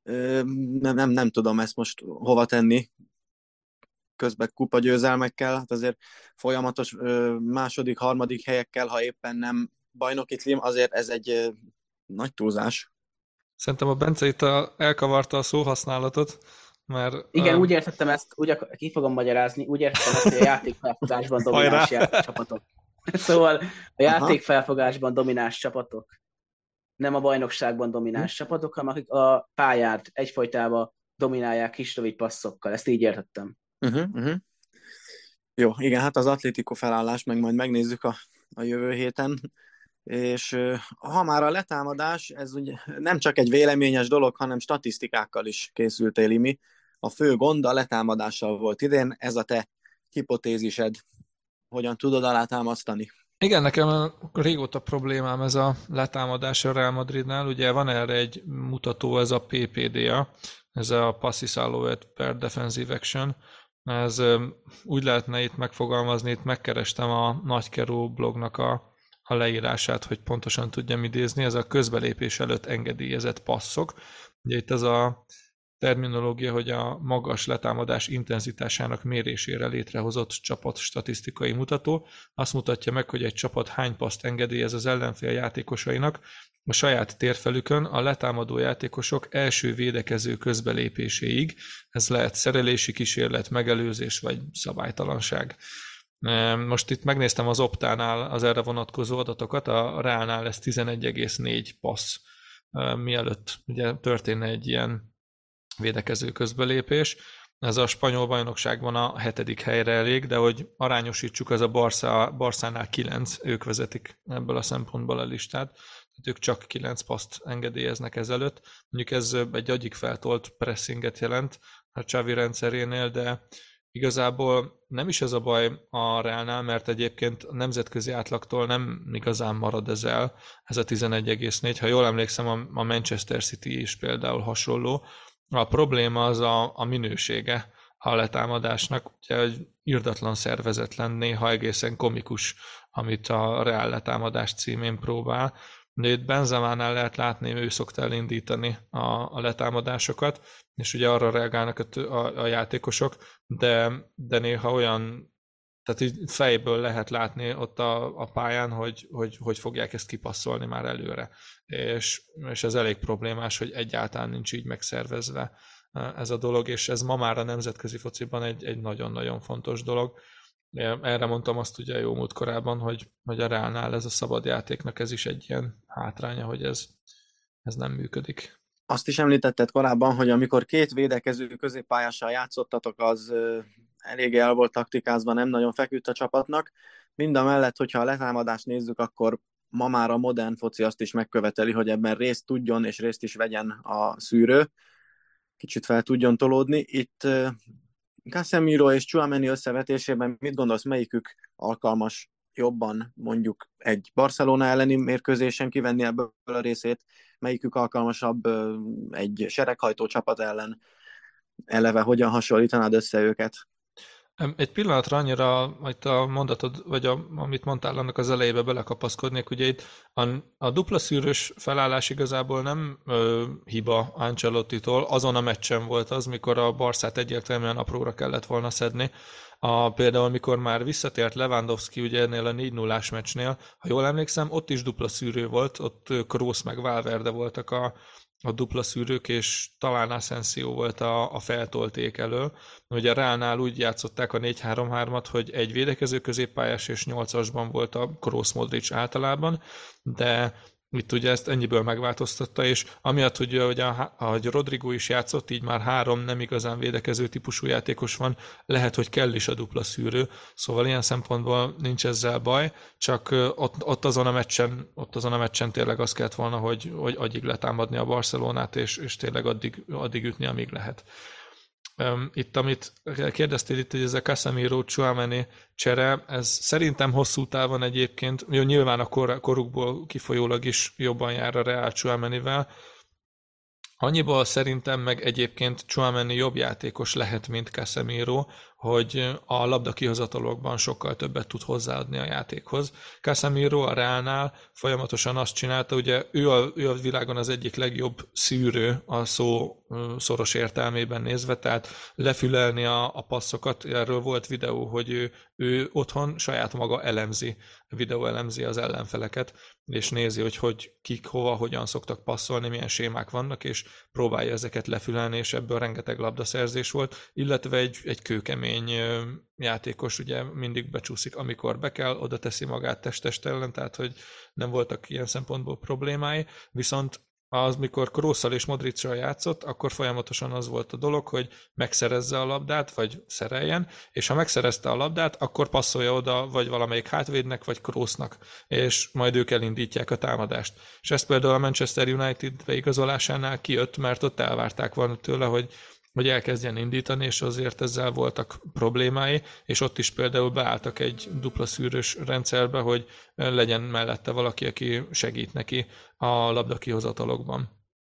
Nem tudom ezt most hova tenni, közben kupa győzelmekkel, hát azért folyamatos második, harmadik helyekkel, ha éppen nem bajnoki cím, azért ez egy nagy túlzás. Szerintem a Bence itt elkavarta a szóhasználatot, mert... Igen, úgy értettem ezt, ki fogom magyarázni, úgy értettem ezt, hogy a játékfelfogásban domináns csapatok. Szóval a játékfelfogásban domináns csapatok, nem a bajnokságban domináns csapatok, hanem akik a pályát egyfolytában dominálják kis rövid passzokkal. Ezt így értettem. Jó, igen, hát az Atlético felállás, meg majd megnézzük a jövő héten. És ha már a letámadás, ez ugye nem csak egy véleményes dolog, hanem statisztikákkal is készült Limi. A fő gond a letámadással volt idén, ez a te hipotézised. Hogyan tudod alátámasztani? Igen, nekem régóta problémám ez a letámadás a Real Madridnál. Ugye van erre egy mutató, ez a PPDA, ez a Passes Allowed per Defensive Action. Ez úgy lehetne itt megfogalmazni, itt megkerestem a Nagykeró blognak a leírását, hogy pontosan tudjam idézni, ez a közbelépés előtt engedélyezett passzok. Ugye itt ez a terminológia, hogy a magas letámadás intenzitásának mérésére létrehozott csapat statisztikai mutató azt mutatja meg, hogy egy csapat hány paszt engedélyez az ellenfél játékosainak a saját térfelükön a letámadó játékosok első védekező közbelépéséig. Ez lehet szerelési kísérlet, megelőzés vagy szabálytalanság. Most itt megnéztem az Optánál az erre vonatkozó adatokat, a Realnál ez 11,4 passz, mielőtt ugye történne egy ilyen védekező közbelépés. Ez a spanyol bajnokságban a 7. helyre elég, de hogy arányosítsuk, ez a Barszánál 9, ők vezetik ebből a szempontból a listát, tehát ők csak 9 paszt engedélyeznek ezelőtt. Mondjuk ez egy agyig feltolt pressinget jelent a Xavi rendszerénél, de igazából nem is ez a baj a Realnál, mert egyébként a nemzetközi átlagtól nem igazán marad ez el, ez a 11,4. Ha jól emlékszem, a Manchester City is például hasonló. A probléma az a minősége a letámadásnak, ugye, hogy irdatlan szervezetlen, néha egészen komikus, amit a Real letámadás címén próbál. De itt Benzemánál lehet látni, ő szokta elindítani a letámadásokat, és ugye arra reagálnak a játékosok, de néha olyan, tehát így fejből lehet látni ott a pályán, hogy fogják ezt kipasszolni már előre. És ez elég problémás, hogy egyáltalán nincs így megszervezve ez a dolog, és ez ma már a nemzetközi fociban egy nagyon-nagyon fontos dolog. Erre mondtam azt ugye jó múlt korábban, hogy a Realnál ez a szabadjátéknak ez is egy ilyen hátránya, hogy ez nem működik. Azt is említetted korábban, hogy amikor két védekező középpályással játszottatok, az eléggé el volt taktikázva, nem nagyon feküdt a csapatnak. Mindamellett, hogyha a letámadást nézzük, akkor ma már a modern foci azt is megköveteli, hogy ebben részt tudjon és részt is vegyen a szűrő. Kicsit fel tudjon tolódni. Itt Casemiro és Tchouaméni összevetésében mit gondolsz, melyikük alkalmas jobban mondjuk egy Barcelona elleni mérkőzésen kivenni ebből a részét, melyikük alkalmasabb egy sereghajtó csapat ellen, eleve hogyan hasonlítanád össze őket? Egy pillanatra annyira itt a mondatod, vagy amit mondtál, annak az elejébe belekapaszkodnék, ugye itt a dupla szűrős felállás igazából nem hiba Ancelottitól, azon a meccsen volt az, mikor a Barszát egyértelműen apróra kellett volna szedni. Például mikor már visszatért Lewandowski ugye ennél a 4-0-ás meccsnél, ha jól emlékszem, ott is dupla szűrő volt, ott Kroos meg Valverde voltak a dupla szűrők, és talán Asensio volt a feltolték elől. Ugye a Realnál úgy játszották a 4-3-3-at, hogy egy védekező középpályás és 8-asban volt a Kroos Modric általában, de itt ugye ezt ennyiből megváltoztatta, és amiatt, hogy Rodrigo is játszott, így már 3 nem igazán védekező típusú játékos van, lehet, hogy kell is a dupla szűrő, szóval ilyen szempontból nincs ezzel baj, csak ott azon a meccsen tényleg az kellett volna, hogy agyig letámadni a Barcelonát, és tényleg addig ütni, amíg lehet. Itt, amit kérdeztél itt, hogy ez a Casemiro Tchouaméni csere, ez szerintem hosszú távon egyébként, jó, nyilván a korukból kifolyólag is jobban jár a Real Tchouaménivel. Annyiból szerintem meg egyébként Tchouaméni jobb játékos lehet, mint Casemiro, hogy a labda kihozatalokban sokkal többet tud hozzáadni a játékhoz. Casemiro a Realnál folyamatosan azt csinálta, ugye ő a világon az egyik legjobb szűrő a szó szoros értelmében nézve, tehát lefülelni a passzokat. Erről volt videó, hogy ő otthon saját maga videó elemzi az ellenfeleket, és nézi, hogy kik hova, hogyan szoktak passzolni, milyen sémák vannak, és próbálja ezeket lefülelni, és ebből rengeteg labdaszerzés volt, illetve egy kőkemény játékos ugye mindig becsúszik, amikor be kell, oda teszi magát test ellen, tehát hogy nem voltak ilyen szempontból problémái, viszont az, mikor Krosszal és Modrićsal játszott, akkor folyamatosan az volt a dolog, hogy megszerezze a labdát, vagy szereljen, és ha megszerezte a labdát, akkor passzolja oda, vagy valamelyik hátvédnek, vagy Krossznak, és majd ők elindítják a támadást. És ez például a Manchester United beigazolásánál kijött, mert ott elvárták volna tőle, hogy elkezdjen indítani, és azért ezzel voltak problémái, és ott is például beálltak egy dupla szűrős rendszerbe, hogy legyen mellette valaki, aki segít neki a labda kihozatalokban.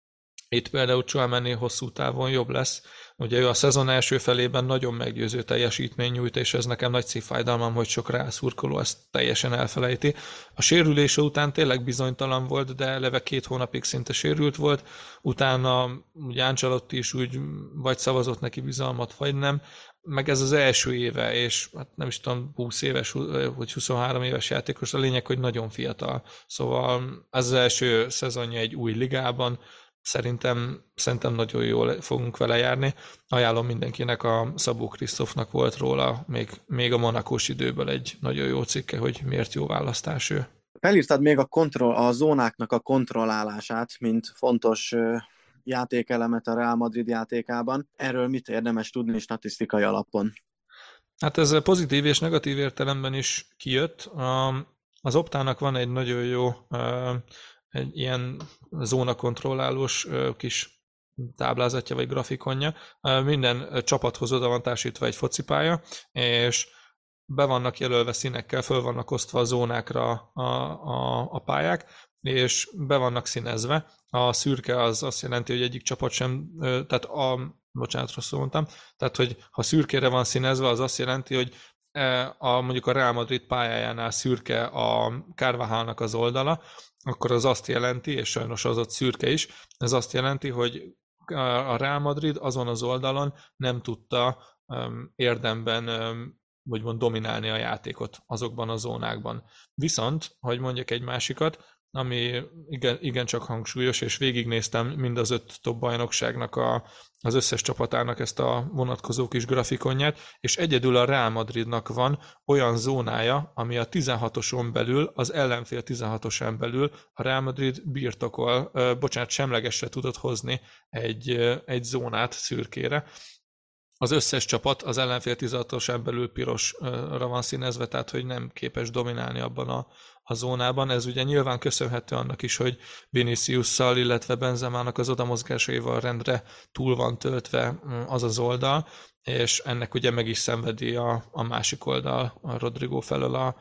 Itt például Tchouaméni hosszú távon jobb lesz. Ugye ő a szezon első felében nagyon meggyőző teljesítmény nyújt, és ez nekem nagy szívfájdalmam, hogy sok rászurkoló ezt teljesen elfelejti. A sérülése után tényleg bizonytalan volt, de eleve 2 hónapig szinte sérült volt. Utána ugye Ancelotti is úgy vagy szavazott neki bizalmat, vagy nem. Meg ez az első éve, és hát nem is tudom, 20 éves, vagy 23 éves játékos, a lényeg, hogy nagyon fiatal. Szóval ez az első szezonja egy új ligában, Szerintem nagyon jól fogunk vele járni. Ajánlom mindenkinek, a Szabó Krisztófnak volt róla még a monakós időből egy nagyon jó cikke, hogy miért jó választás ő. Felírtad még a zónáknak a kontrollálását, mint fontos játékelemet a Real Madrid játékában. Erről mit érdemes tudni statisztikai alapon? Hát ez pozitív és negatív értelemben is kijött. Az Optának van egy nagyon jó egy ilyen zónakontrollálós kis táblázatja vagy grafikonja. Minden csapathoz oda van társítva egy focipálya, és be vannak jelölve színekkel, föl vannak osztva a zónákra a pályák, és be vannak színezve. A szürke az azt jelenti, hogy egyik csapat sem, tehát bocsánat, rosszul mondtam, tehát hogy ha szürkére van színezve, az azt jelenti, hogy mondjuk a Real Madrid pályájánál szürke a Carvajalnak az oldala, akkor az azt jelenti, és sajnos az ott szürke is, ez azt jelenti, hogy a Real Madrid azon az oldalon nem tudta érdemben úgymond dominálni a játékot azokban a zónákban. Viszont, hogy mondjak egy másikat, ami igencsak hangsúlyos, és végignéztem mind az 5 top bajnokságnak az összes csapatának ezt a vonatkozó kis grafikonját, és egyedül a Real Madridnak van olyan zónája, ami a 16-oson belül, az ellenfél 16-osán belül a Real Madrid semlegesre tudott hozni egy zónát szürkére. Az összes csapat az ellenfél 16-osán belül pirosra van színezve, tehát hogy nem képes dominálni abban a zónában. Ez ugye nyilván köszönhető annak is, hogy Viniciusszal, illetve Benzemának az odamozgásaival rendre túl van töltve az oldal, és ennek ugye meg is szenvedi a másik oldal, a Rodrigo felől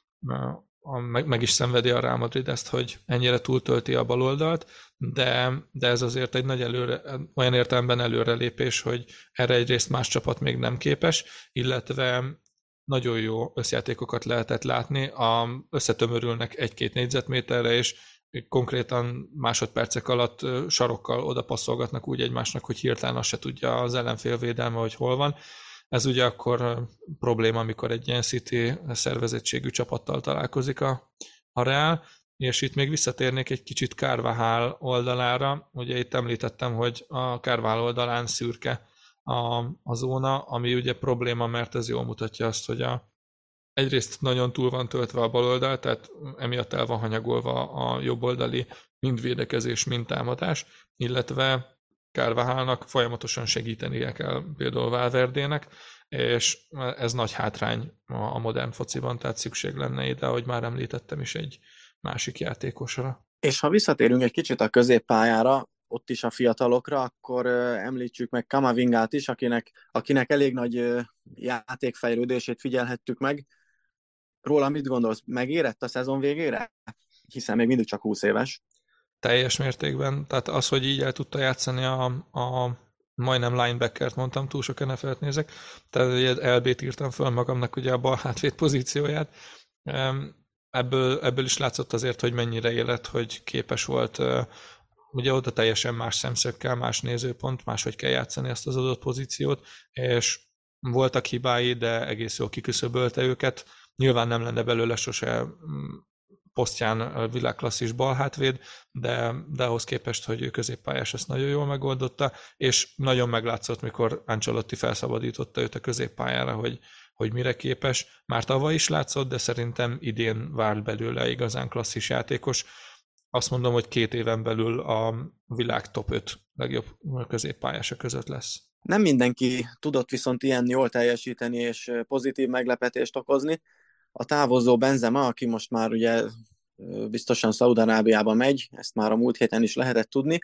meg is szenvedi a Real Madrid ezt, hogy ennyire túltölti a baloldalt, de ez azért egy nagy olyan értelemben előrelépés, hogy erre egyrészt más csapat még nem képes, illetve nagyon jó összjátékokat lehetett látni, összetömörülnek 1-2 négyzetméterre, és konkrétan másodpercek alatt sarokkal oda passzolgatnak úgy egymásnak, hogy hirtelen azt se tudja az ellenfél védelme, hogy hol van. Ez ugye akkor probléma, amikor egy ilyen City szervezettségű csapattal találkozik a Real, és itt még visszatérnék egy kicsit Carvajal oldalára. Ugye itt említettem, hogy a Carvajal oldalán szürke a zóna, ami ugye probléma, mert ez jól mutatja azt, hogy egyrészt nagyon túl van töltve a baloldal, tehát emiatt el van hanyagolva a jobboldali mind védekezés, mind támadás, illetve Carvajalnak folyamatosan segítenie kell például Valverdének, és ez nagy hátrány a modern fociban, tehát szükség lenne ide, ahogy már említettem is, egy másik játékosra. És ha visszatérünk egy kicsit a középpályára, ott is a fiatalokra, akkor említsük meg Kamavingát is, akinek elég nagy játékfejlődését figyelhettük meg. Róla mit gondolsz? Megérett a szezon végére? Hiszen még mindig csak 20 éves. Teljes mértékben. Tehát az, hogy így el tudta játszani a majdnem linebackert mondtam, túl sok NFL-t nézek, tehát LB-t írtam föl magamnak ugye a bal hátvéd pozícióját. Ebből is látszott azért, hogy mennyire élet, hogy képes volt, ugye oda teljesen más szemszögkel, más nézőpont, máshogy kell játszani ezt az adott pozíciót, és voltak hibái, de egész jól kiküszöbölte őket. Nyilván nem lenne belőle sose posztján világklasszis balhátvéd, de ahhoz képest, hogy ő középpályás, ezt nagyon jól megoldotta, és nagyon meglátszott, mikor Ancelotti felszabadította őt a középpályára, hogy mire képes. Már tavaly is látszott, de szerintem idén vált belőle igazán klasszis játékos. Azt mondom, hogy 2 éven belül a világ top 5 legjobb középpályása között lesz. Nem mindenki tudott viszont ilyen jól teljesíteni és pozitív meglepetést okozni. A távozó Benzema, aki most már ugye biztosan Szaúd-Arábiába megy, ezt már a múlt héten is lehetett tudni,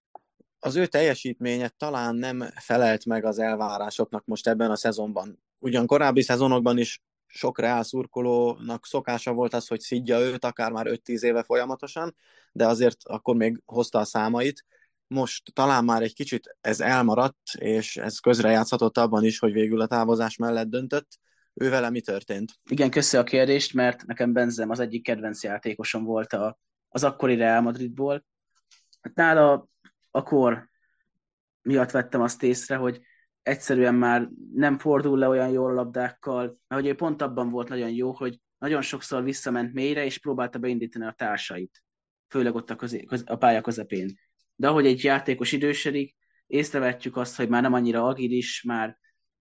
az ő teljesítménye talán nem felelt meg az elvárásoknak most ebben a szezonban. Ugyan korábbi szezonokban is sok Real szurkolónak szokása volt az, hogy szidja őt, akár már 5-10 éve folyamatosan, de azért akkor még hozta a számait. Most talán már egy kicsit ez elmaradt, és ez közrejátszhatott abban is, hogy végül a távozás mellett döntött. Ő vele mi történt? Igen, köszi a kérdést, mert nekem Benzema az egyik kedvenc játékosom volt az akkori Real Madridból. Hát nála a kor miatt vettem azt észre, hogy egyszerűen már nem fordul le olyan jól a labdákkal, mert hogy ő pont abban volt nagyon jó, hogy nagyon sokszor visszament mélyre, és próbálta beindítani a társait, főleg ott a pálya közepén. De ahogy egy játékos idősödik, észrevetjük azt, hogy már nem annyira agilis, már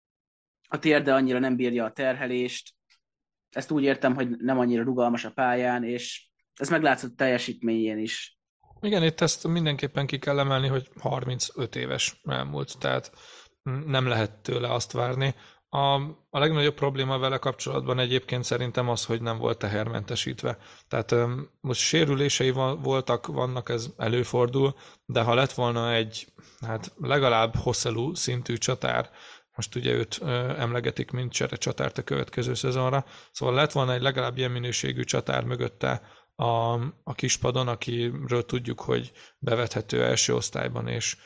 a térde annyira nem bírja a terhelést, ezt úgy értem, hogy nem annyira rugalmas a pályán, és ez meglátszott teljesítményén is. Igen, itt ezt mindenképpen ki kell emelni, hogy 35 éves elmúlt, tehát nem lehet tőle azt várni. A legnagyobb probléma vele kapcsolatban egyébként szerintem az, hogy nem volt tehermentesítve. Tehát most sérülései vannak, ez előfordul, de ha lett volna egy legalább Hosszelu szintű csatár, most ugye őt emlegetik, mint csatárt a következő szezonra, szóval lett volna egy legalább ilyen minőségű csatár mögötte a kispadon, akiről tudjuk, hogy bevethető első osztályban,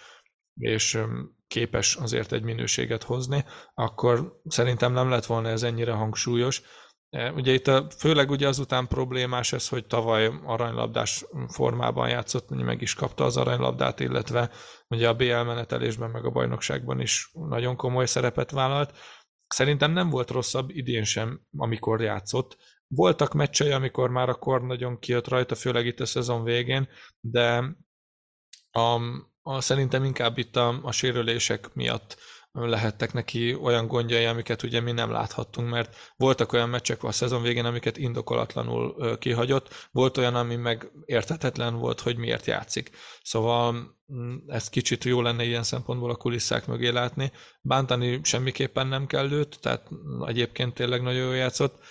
és képes azért egy minőséget hozni, akkor szerintem nem lett volna ez ennyire hangsúlyos. Ugye itt főleg ugye azután problémás ez, hogy tavaly aranylabdás formában játszott, meg is kapta az aranylabdát, illetve ugye a BL menetelésben, meg a bajnokságban is nagyon komoly szerepet vállalt. Szerintem nem volt rosszabb idén sem, amikor játszott. Voltak meccsei, amikor már a kor nagyon kijött rajta, főleg itt a szezon végén, de szerintem inkább itt a sérülések miatt lehettek neki olyan gondjai, amiket ugye mi nem láthattunk, mert voltak olyan meccsek a szezon végén, amiket indokolatlanul kihagyott, volt olyan, ami meg érthetetlen volt, hogy miért játszik. Szóval ez kicsit jó lenne ilyen szempontból a kulisszák mögé látni. Bántani semmiképpen nem kell őt, tehát egyébként tényleg nagyon jól játszott.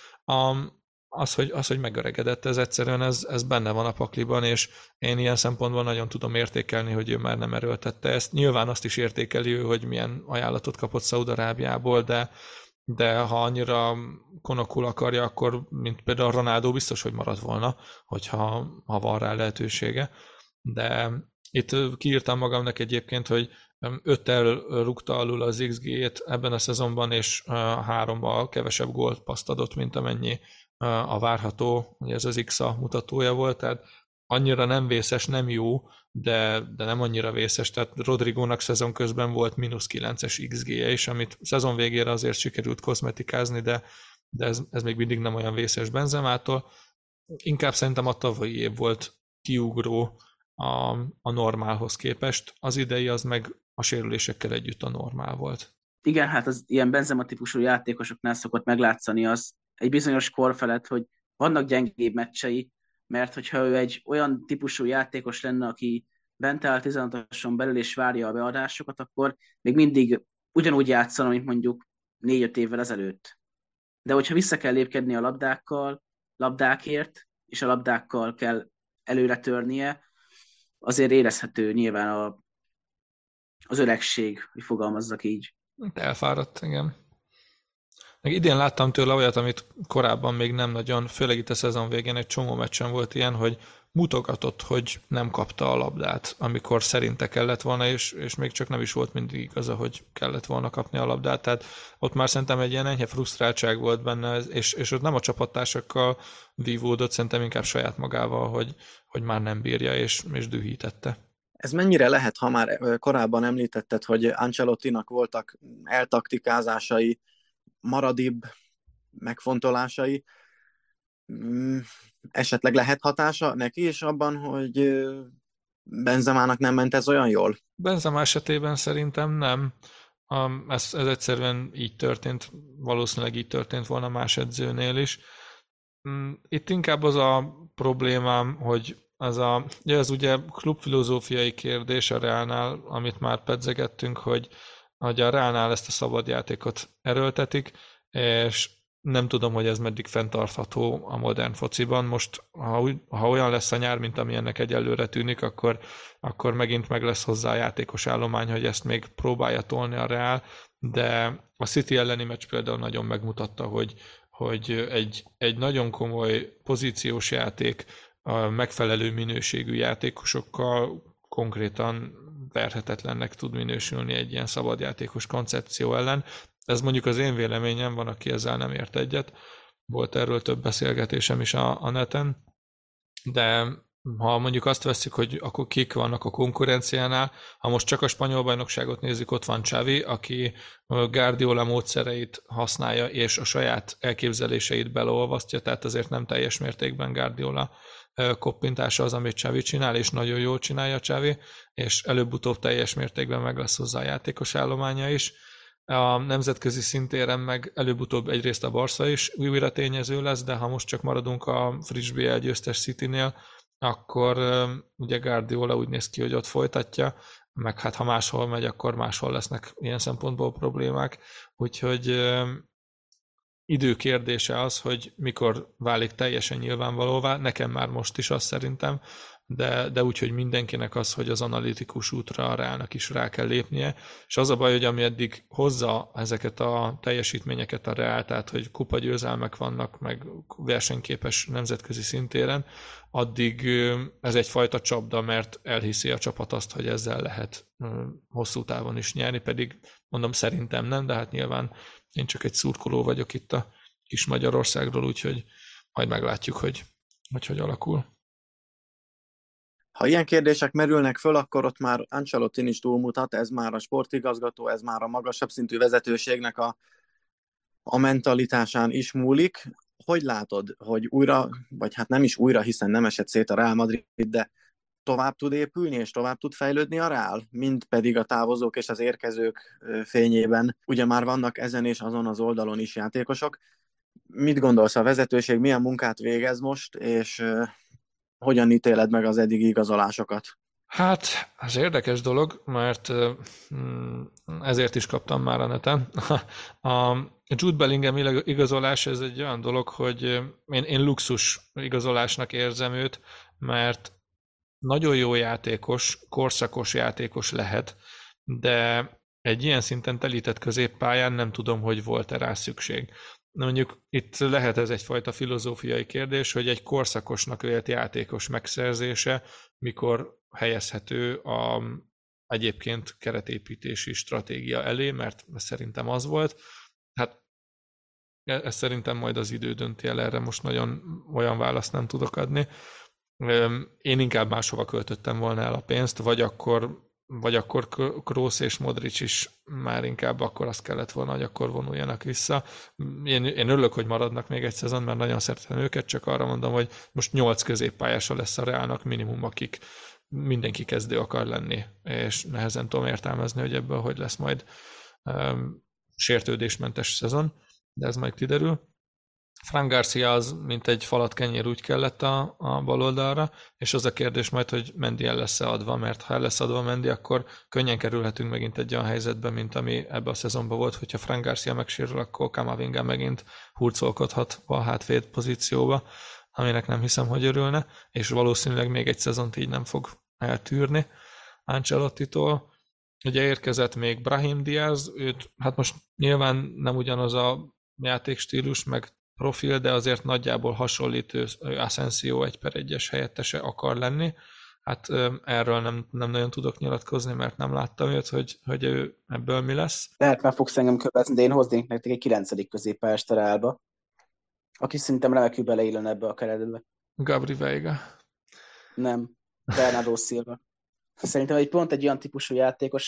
Az, hogy megöregedett, ez egyszerűen ez benne van a pakliban, és én ilyen szempontból nagyon tudom értékelni, hogy ő már nem erőltette ezt. Nyilván azt is értékeli ő, hogy milyen ajánlatot kapott Szaúd-Arábiából, de ha annyira konokul akarja, akkor mint például Ronaldo biztos, hogy marad volna, hogyha van rá lehetősége. De itt kiírtam magamnak egyébként, hogy 5-tel rúgta alul az XG-ét ebben a szezonban, és 3-mal kevesebb gólpaszt adott, mint amennyi a várható, hogy ez az XA mutatója volt, tehát annyira nem vészes, nem jó, de nem annyira vészes, tehát Rodrigónak szezon közben volt -9-es XG-je is, amit szezon végére azért sikerült kozmetikázni, de ez még mindig nem olyan vészes Benzemától. Inkább szerintem a tavalyi év volt kiugró a normálhoz képest, az idei az meg a sérülésekkel együtt a normál volt. Igen, hát az ilyen Benzema típusú játékosoknál szokott meglátszani az egy bizonyos kor felett, hogy vannak gyengébb meccsei, mert hogyha ő egy olyan típusú játékos lenne, aki bent áll 16-oson belül és várja a beadásokat, akkor még mindig ugyanúgy játszana, mint mondjuk 4-5 évvel ezelőtt. De hogyha vissza kell lépkedni a labdákért, és a labdákkal kell előre törnie, azért érezhető nyilván az öregség, hogy fogalmazzak így. Elfáradt, igen. Meg idén láttam tőle olyat, amit korábban még nem nagyon, főleg itt a szezon végén egy csomó meccsen volt ilyen, hogy mutogatott, hogy nem kapta a labdát, amikor szerinte kellett volna, és még csak nem is volt mindig igaza, hogy kellett volna kapni a labdát. Tehát ott már szerintem egy ilyen enyhe frusztráltság volt benne, és ott nem a csapattársakkal vívódott, szerintem inkább saját magával, hogy már nem bírja, és dühítette. Ez mennyire lehet, ha már korábban említetted, hogy Ancelottinak voltak eltaktikázásai, maradibb megfontolásai, esetleg lehet hatása neki is abban, hogy Benzemának nem ment ez olyan jól? Benzema esetében szerintem nem. Ez egyszerűen így történt, valószínűleg így történt volna más edzőnél is. Itt inkább az a problémám, hogy ez ugye klubfilozófiai kérdés a Realnál, amit már pedzegettünk, hogy a Realnál ezt a szabadjátékot erőltetik, és nem tudom, hogy ez meddig fenntartható a modern fociban. Most, ha olyan lesz a nyár, mint ami ennek egyelőre tűnik, akkor megint meg lesz hozzá a játékos állomány, hogy ezt még próbálja tolni a Real, de a City elleni meccs például nagyon megmutatta, hogy egy nagyon komoly pozíciós játék, a megfelelő minőségű játékosokkal konkrétan verhetetlennek tud minősülni egy ilyen szabadjátékos koncepció ellen. Ez mondjuk az én véleményem, van, aki ezzel nem ért egyet. Volt erről több beszélgetésem is a neten. De ha mondjuk azt veszik, hogy akkor kik vannak a konkurenciánál, ha most csak a spanyol bajnokságot nézzük, ott van Xavi, aki Guardiola módszereit használja, és a saját elképzeléseit beleolvasztja, tehát azért nem teljes mértékben Guardiola koppintása az, amit Xavi csinál, és nagyon jól csinálja Xavi, és előbb-utóbb teljes mértékben meg lesz hozzá a játékos állománya is. A nemzetközi szintéren meg előbb-utóbb egyrészt a Barca is újra tényező lesz, de ha most csak maradunk a friss BL győztes Citynél, akkor ugye Guardiola úgy néz ki, hogy ott folytatja, meg hát ha máshol megy, akkor máshol lesznek ilyen szempontból problémák. Úgyhogy idő kérdése az, hogy mikor válik teljesen nyilvánvalóvá, nekem már most is az szerintem, de úgy, hogy mindenkinek az, hogy az analitikus útra a Realnak is rá kell lépnie, és az a baj, hogy ami eddig hozza ezeket a teljesítményeket a Real, tehát hogy kupagyőzelmek vannak, meg versenyképes nemzetközi szintéren, addig ez egyfajta csapda, mert elhiszi a csapat azt, hogy ezzel lehet hosszú távon is nyerni, pedig mondom, szerintem nem, de hát nyilván én csak egy szurkoló vagyok itt a kis Magyarországról, úgyhogy majd meglátjuk, hogy alakul. Ha ilyen kérdések merülnek föl, akkor ott már Ancelottin is túlmutat, ez már a sportigazgató, ez már a magasabb szintű vezetőségnek a mentalitásán is múlik. Hogy látod, hogy újra, vagy hát nem is újra, hiszen nem esett szét a Real Madrid, de tovább tud épülni és tovább tud fejlődni a Real, mint pedig a távozók és az érkezők fényében. Ugye már vannak ezen és azon az oldalon is játékosok. Mit gondolsz, a vezetőség milyen munkát végez most, és hogyan ítéled meg az eddigi igazolásokat? Hát, ez érdekes dolog, mert ezért is kaptam már a neten. A Jude Bellingham igazolás, ez egy olyan dolog, hogy én luxus igazolásnak érzem őt, mert nagyon jó játékos, korszakos játékos lehet, de egy ilyen szinten telített középpályán nem tudom, hogy volt-e rá szükség. Mondjuk itt lehet ez egyfajta filozófiai kérdés, hogy egy korszakosnak vélt játékos megszerzése mikor helyezhető a egyébként keretépítési stratégia elé, mert szerintem az volt. Hát ezt szerintem majd az idő dönti el, erre most nagyon olyan választ nem tudok adni. Én inkább máshova költöttem volna el a pénzt, vagy akkor Kroos és Modric is már inkább akkor azt kellett volna, hogy akkor vonuljanak vissza. Én örülök, hogy maradnak még egy szezon, mert nagyon szeretem őket, csak arra mondom, hogy most 8 középpályása lesz a Realnak minimum, akik mindenki kezdő akar lenni, és nehezen tudom értelmezni, hogy ebből hogy lesz majd sértődésmentes szezon, de ez majd kiderül. Fran Garcia az, mint egy falat kenyér úgy kellett a bal oldalra, és az a kérdés majd, hogy Mendy el lesz adva, mert ha el lesz adva Mendy, akkor könnyen kerülhetünk megint egy olyan helyzetbe, mint ami ebbe a szezonban volt, hogyha Fran Garcia megsérül, akkor Camavinga megint hurcolkodhat a hátvéd pozícióba, aminek nem hiszem, hogy örülne, és valószínűleg még egy szezont így nem fog eltűrni Ancelottitól. Ugye érkezett még Brahim Diaz, őt, hát most nyilván nem ugyanaz a játékstílus, meg profil, de azért nagyjából hasonlítő Asensio 1/1-es helyettese akar lenni. Hát erről nem nagyon tudok nyilatkozni, mert nem láttam őt, hogy ő ebből mi lesz. Lehet már fogsz engem követni, de én hoznék nektek egy 9. középpályást a Reálba, aki szerintem remekül beleillene ebbe a keretbe. Gabri Veiga. Nem, Bernardo Silva. Szerintem pont egy olyan típusú játékos,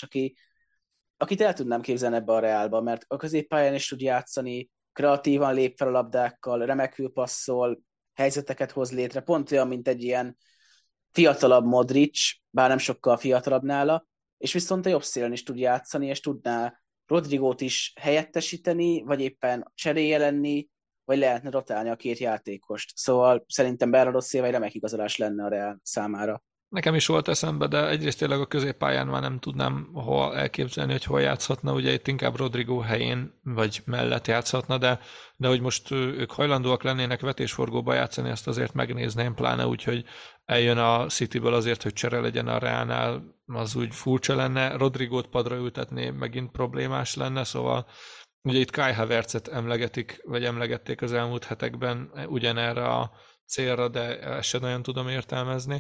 akit el tudnám képzelni ebbe a Reálba, mert a középpályán is tud játszani, kreatívan lép fel a labdákkal, remekül passzol, helyzeteket hoz létre, pont olyan, mint egy ilyen fiatalabb Modric, bár nem sokkal fiatalabb nála, és viszont a jobb szélen is tud játszani, és tudná Rodrigót is helyettesíteni, vagy éppen cseréje lenni, vagy lehetne rotálni a két játékost. Szóval szerintem Bernardo Silva egy remek igazolás lenne a Real számára. Nekem is volt eszembe, de egyrészt tényleg a középpályán már nem tudnám hol elképzelni, hogy hol játszhatna, ugye itt inkább Rodrigo helyén, vagy mellett játszhatna, de hogy most ők hajlandóak lennének vetésforgóba játszani, ezt azért megnézném, pláne úgy, hogy eljön a Cityből azért, hogy csere legyen a Realnál, az úgy furcsa lenne, Rodrigót padra ültetni megint problémás lenne, szóval ugye itt Kai Havertzet emlegették az elmúlt hetekben ugyanerre a célra, de ezt sem nagyon tudom értelmezni.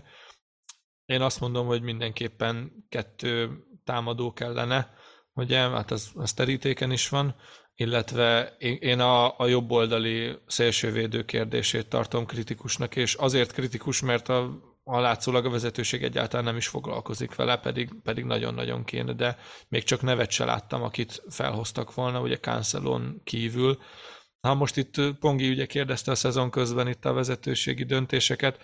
Én azt mondom, hogy mindenképpen 2 támadó kellene, ugye, hát az terítéken is van, illetve én a jobboldali szélsővédő kérdését tartom kritikusnak, és azért kritikus, mert látszólag a vezetőség egyáltalán nem is foglalkozik vele, pedig nagyon-nagyon kéne, de még csak nevet se láttam, akit felhoztak volna, ugye Cancelón kívül. Ha most itt Pongi ugye kérdezte a szezon közben itt a vezetőségi döntéseket,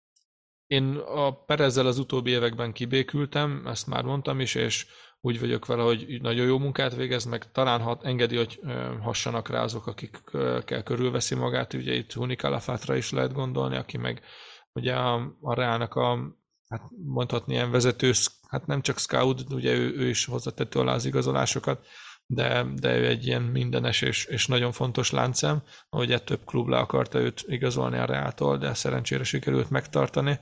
én a Perezzel az utóbbi években kibékültem, ezt már mondtam is, és úgy vagyok vele, hogy nagyon jó munkát végez, meg talán engedi, hogy hassanak rá azok, akikkel körülveszi magát, ugye itt Huni Calafátra is lehet gondolni, aki meg ugye a Reálnak hát mondhatni ilyen vezető, hát nem csak scout, ugye ő is hozzátető alá az igazolásokat, de ő egy ilyen mindenes és nagyon fontos láncszem, ahogy több klub le akarta őt igazolni a Reáltól, de szerencsére sikerült megtartani.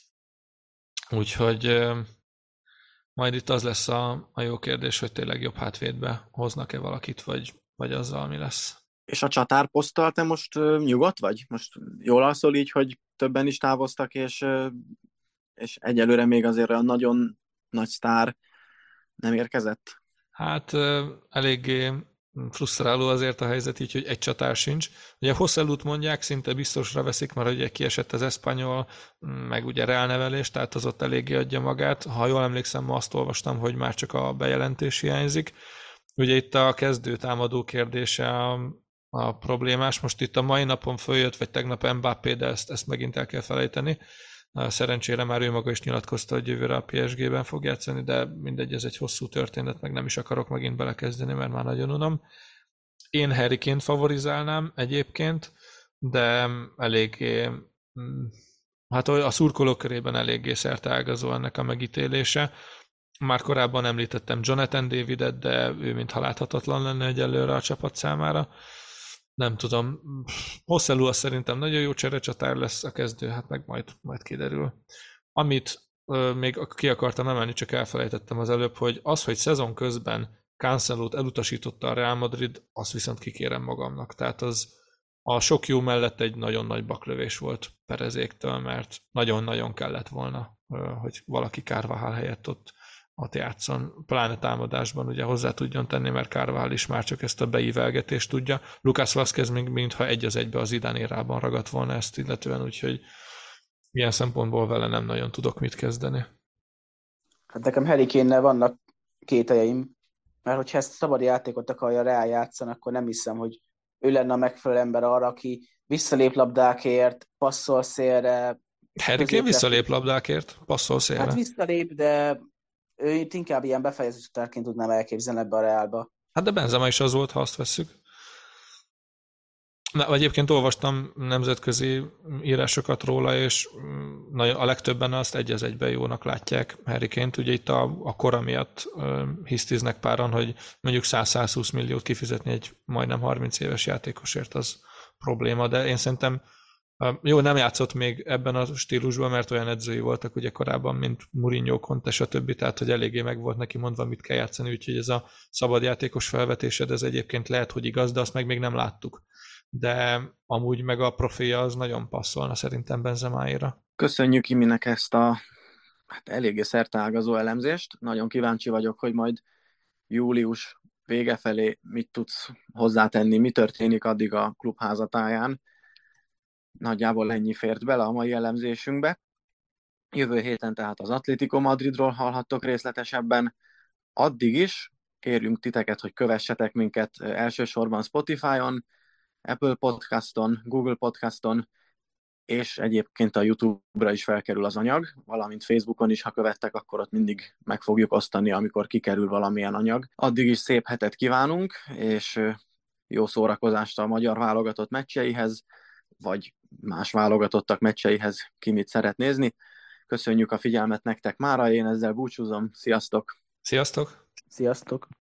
Úgyhogy majd itt az lesz a jó kérdés, hogy tényleg jobb hátvédbe hoznak-e valakit, vagy azzal mi lesz. És a csatárposzttal te most nyugodt vagy? Most jól alszol így, hogy többen is távoztak, és egyelőre még azért olyan nagyon nagy sztár nem érkezett? Hát eléggé frusztráló azért a helyzet így, hogy egy csatár sincs. Ugye José mondják, szinte biztosra veszik, mert ugye kiesett az Espanyol, meg ugye Real nevelés, tehát az ott eléggé adja magát. Ha jól emlékszem, ma azt olvastam, hogy már csak a bejelentés hiányzik. Ugye itt a kezdő támadó kérdése a problémás. Most itt a mai napon följött, vagy tegnap Mbappé, de ezt megint el kell felejteni. Szerencsére már ő maga is nyilatkozta, hogy jövőre a PSG-ben fog játszani, de mindegy, ez egy hosszú történet, meg nem is akarok megint belekezdeni, mert már nagyon unom. Én Harry Kane favorizálnám egyébként, de eléggé, hát a szurkolók körében eléggé szerteágazó ennek a megítélése. Már korábban említettem Jonathan Davidet, de ő mintha láthatatlan lenne egyelőre a csapat számára. Nem tudom, Hosszelló az szerintem nagyon jó cserecsatár lesz a kezdő, hát meg majd kiderül. Amit még ki akartam emelni, csak elfelejtettem az előbb, hogy szezon közben Cancelót elutasította a Real Madrid, azt viszont kikérem magamnak. Tehát az a sok jó mellett egy nagyon nagy baklövés volt Perezéktől, mert nagyon-nagyon kellett volna, hogy valaki Carvajal helyett ott játszon, pláne támadásban ugye hozzá tudjon tenni, mert Carvajal is már csak ezt a beívelgetést tudja. Lucas Vázquez még mintha egy az egybe az Zidane érában ragadt volna ezt illetően, úgyhogy ilyen szempontból vele nem nagyon tudok mit kezdeni. Hát nekem Harry Kane-nel vannak kételjeim, mert hogyha ezt szabad játékot akarja Real játszani, akkor nem hiszem, hogy ő lenne a megfelelő ember arra, aki visszalép labdákért, passzol szélre. Harry Kane visszalép labdákért, passzol szélre. Hát visszalép, de ő itt inkább ilyen befejező csatárként tudnám elképzelni ebbe a Reálba. Hát de Benzema is az volt, ha azt vesszük. Egyébként olvastam nemzetközi írásokat róla, és a legtöbben azt egy az egyben jónak látják Harry Kane-t. Ugye itt a kora miatt hisztiznek páran, hogy mondjuk 100-120 milliót kifizetni egy majdnem 30 éves játékosért az probléma, de én szerintem jó, nem játszott még ebben a stílusban, mert olyan edzői voltak ugye korábban, mint Mourinho, Conte, stb. Tehát, hogy eléggé meg volt neki mondva, mit kell játszani, úgyhogy ez a szabadjátékos felvetésed, ez egyébként lehet, hogy igaz, de azt meg még nem láttuk. de amúgy meg a profilja az nagyon passzolna szerintem Benzemáéra. Köszönjük Iminek ezt a eléggé szerteágazó elemzést. Nagyon kíváncsi vagyok, hogy majd július vége felé mit tudsz hozzátenni, mi történik addig a klubházatáján. Nagyjából ennyi fért bele a mai elemzésünkbe. Jövő héten tehát az Atlético Madridról hallhattok részletesebben. Addig is kérjünk titeket, hogy kövessetek minket elsősorban Spotify-on, Apple Podcaston, Google Podcaston, és egyébként a YouTube-ra is felkerül az anyag, valamint Facebookon is, ha követtek, akkor ott mindig meg fogjuk osztani, amikor kikerül valamilyen anyag. Addig is szép hetet kívánunk, és jó szórakozást a magyar válogatott meccseihez, vagy más válogatottak meccseihez, ki mit szeret nézni. Köszönjük a figyelmet nektek mára, én ezzel búcsúzom, sziasztok! Sziasztok! Sziasztok!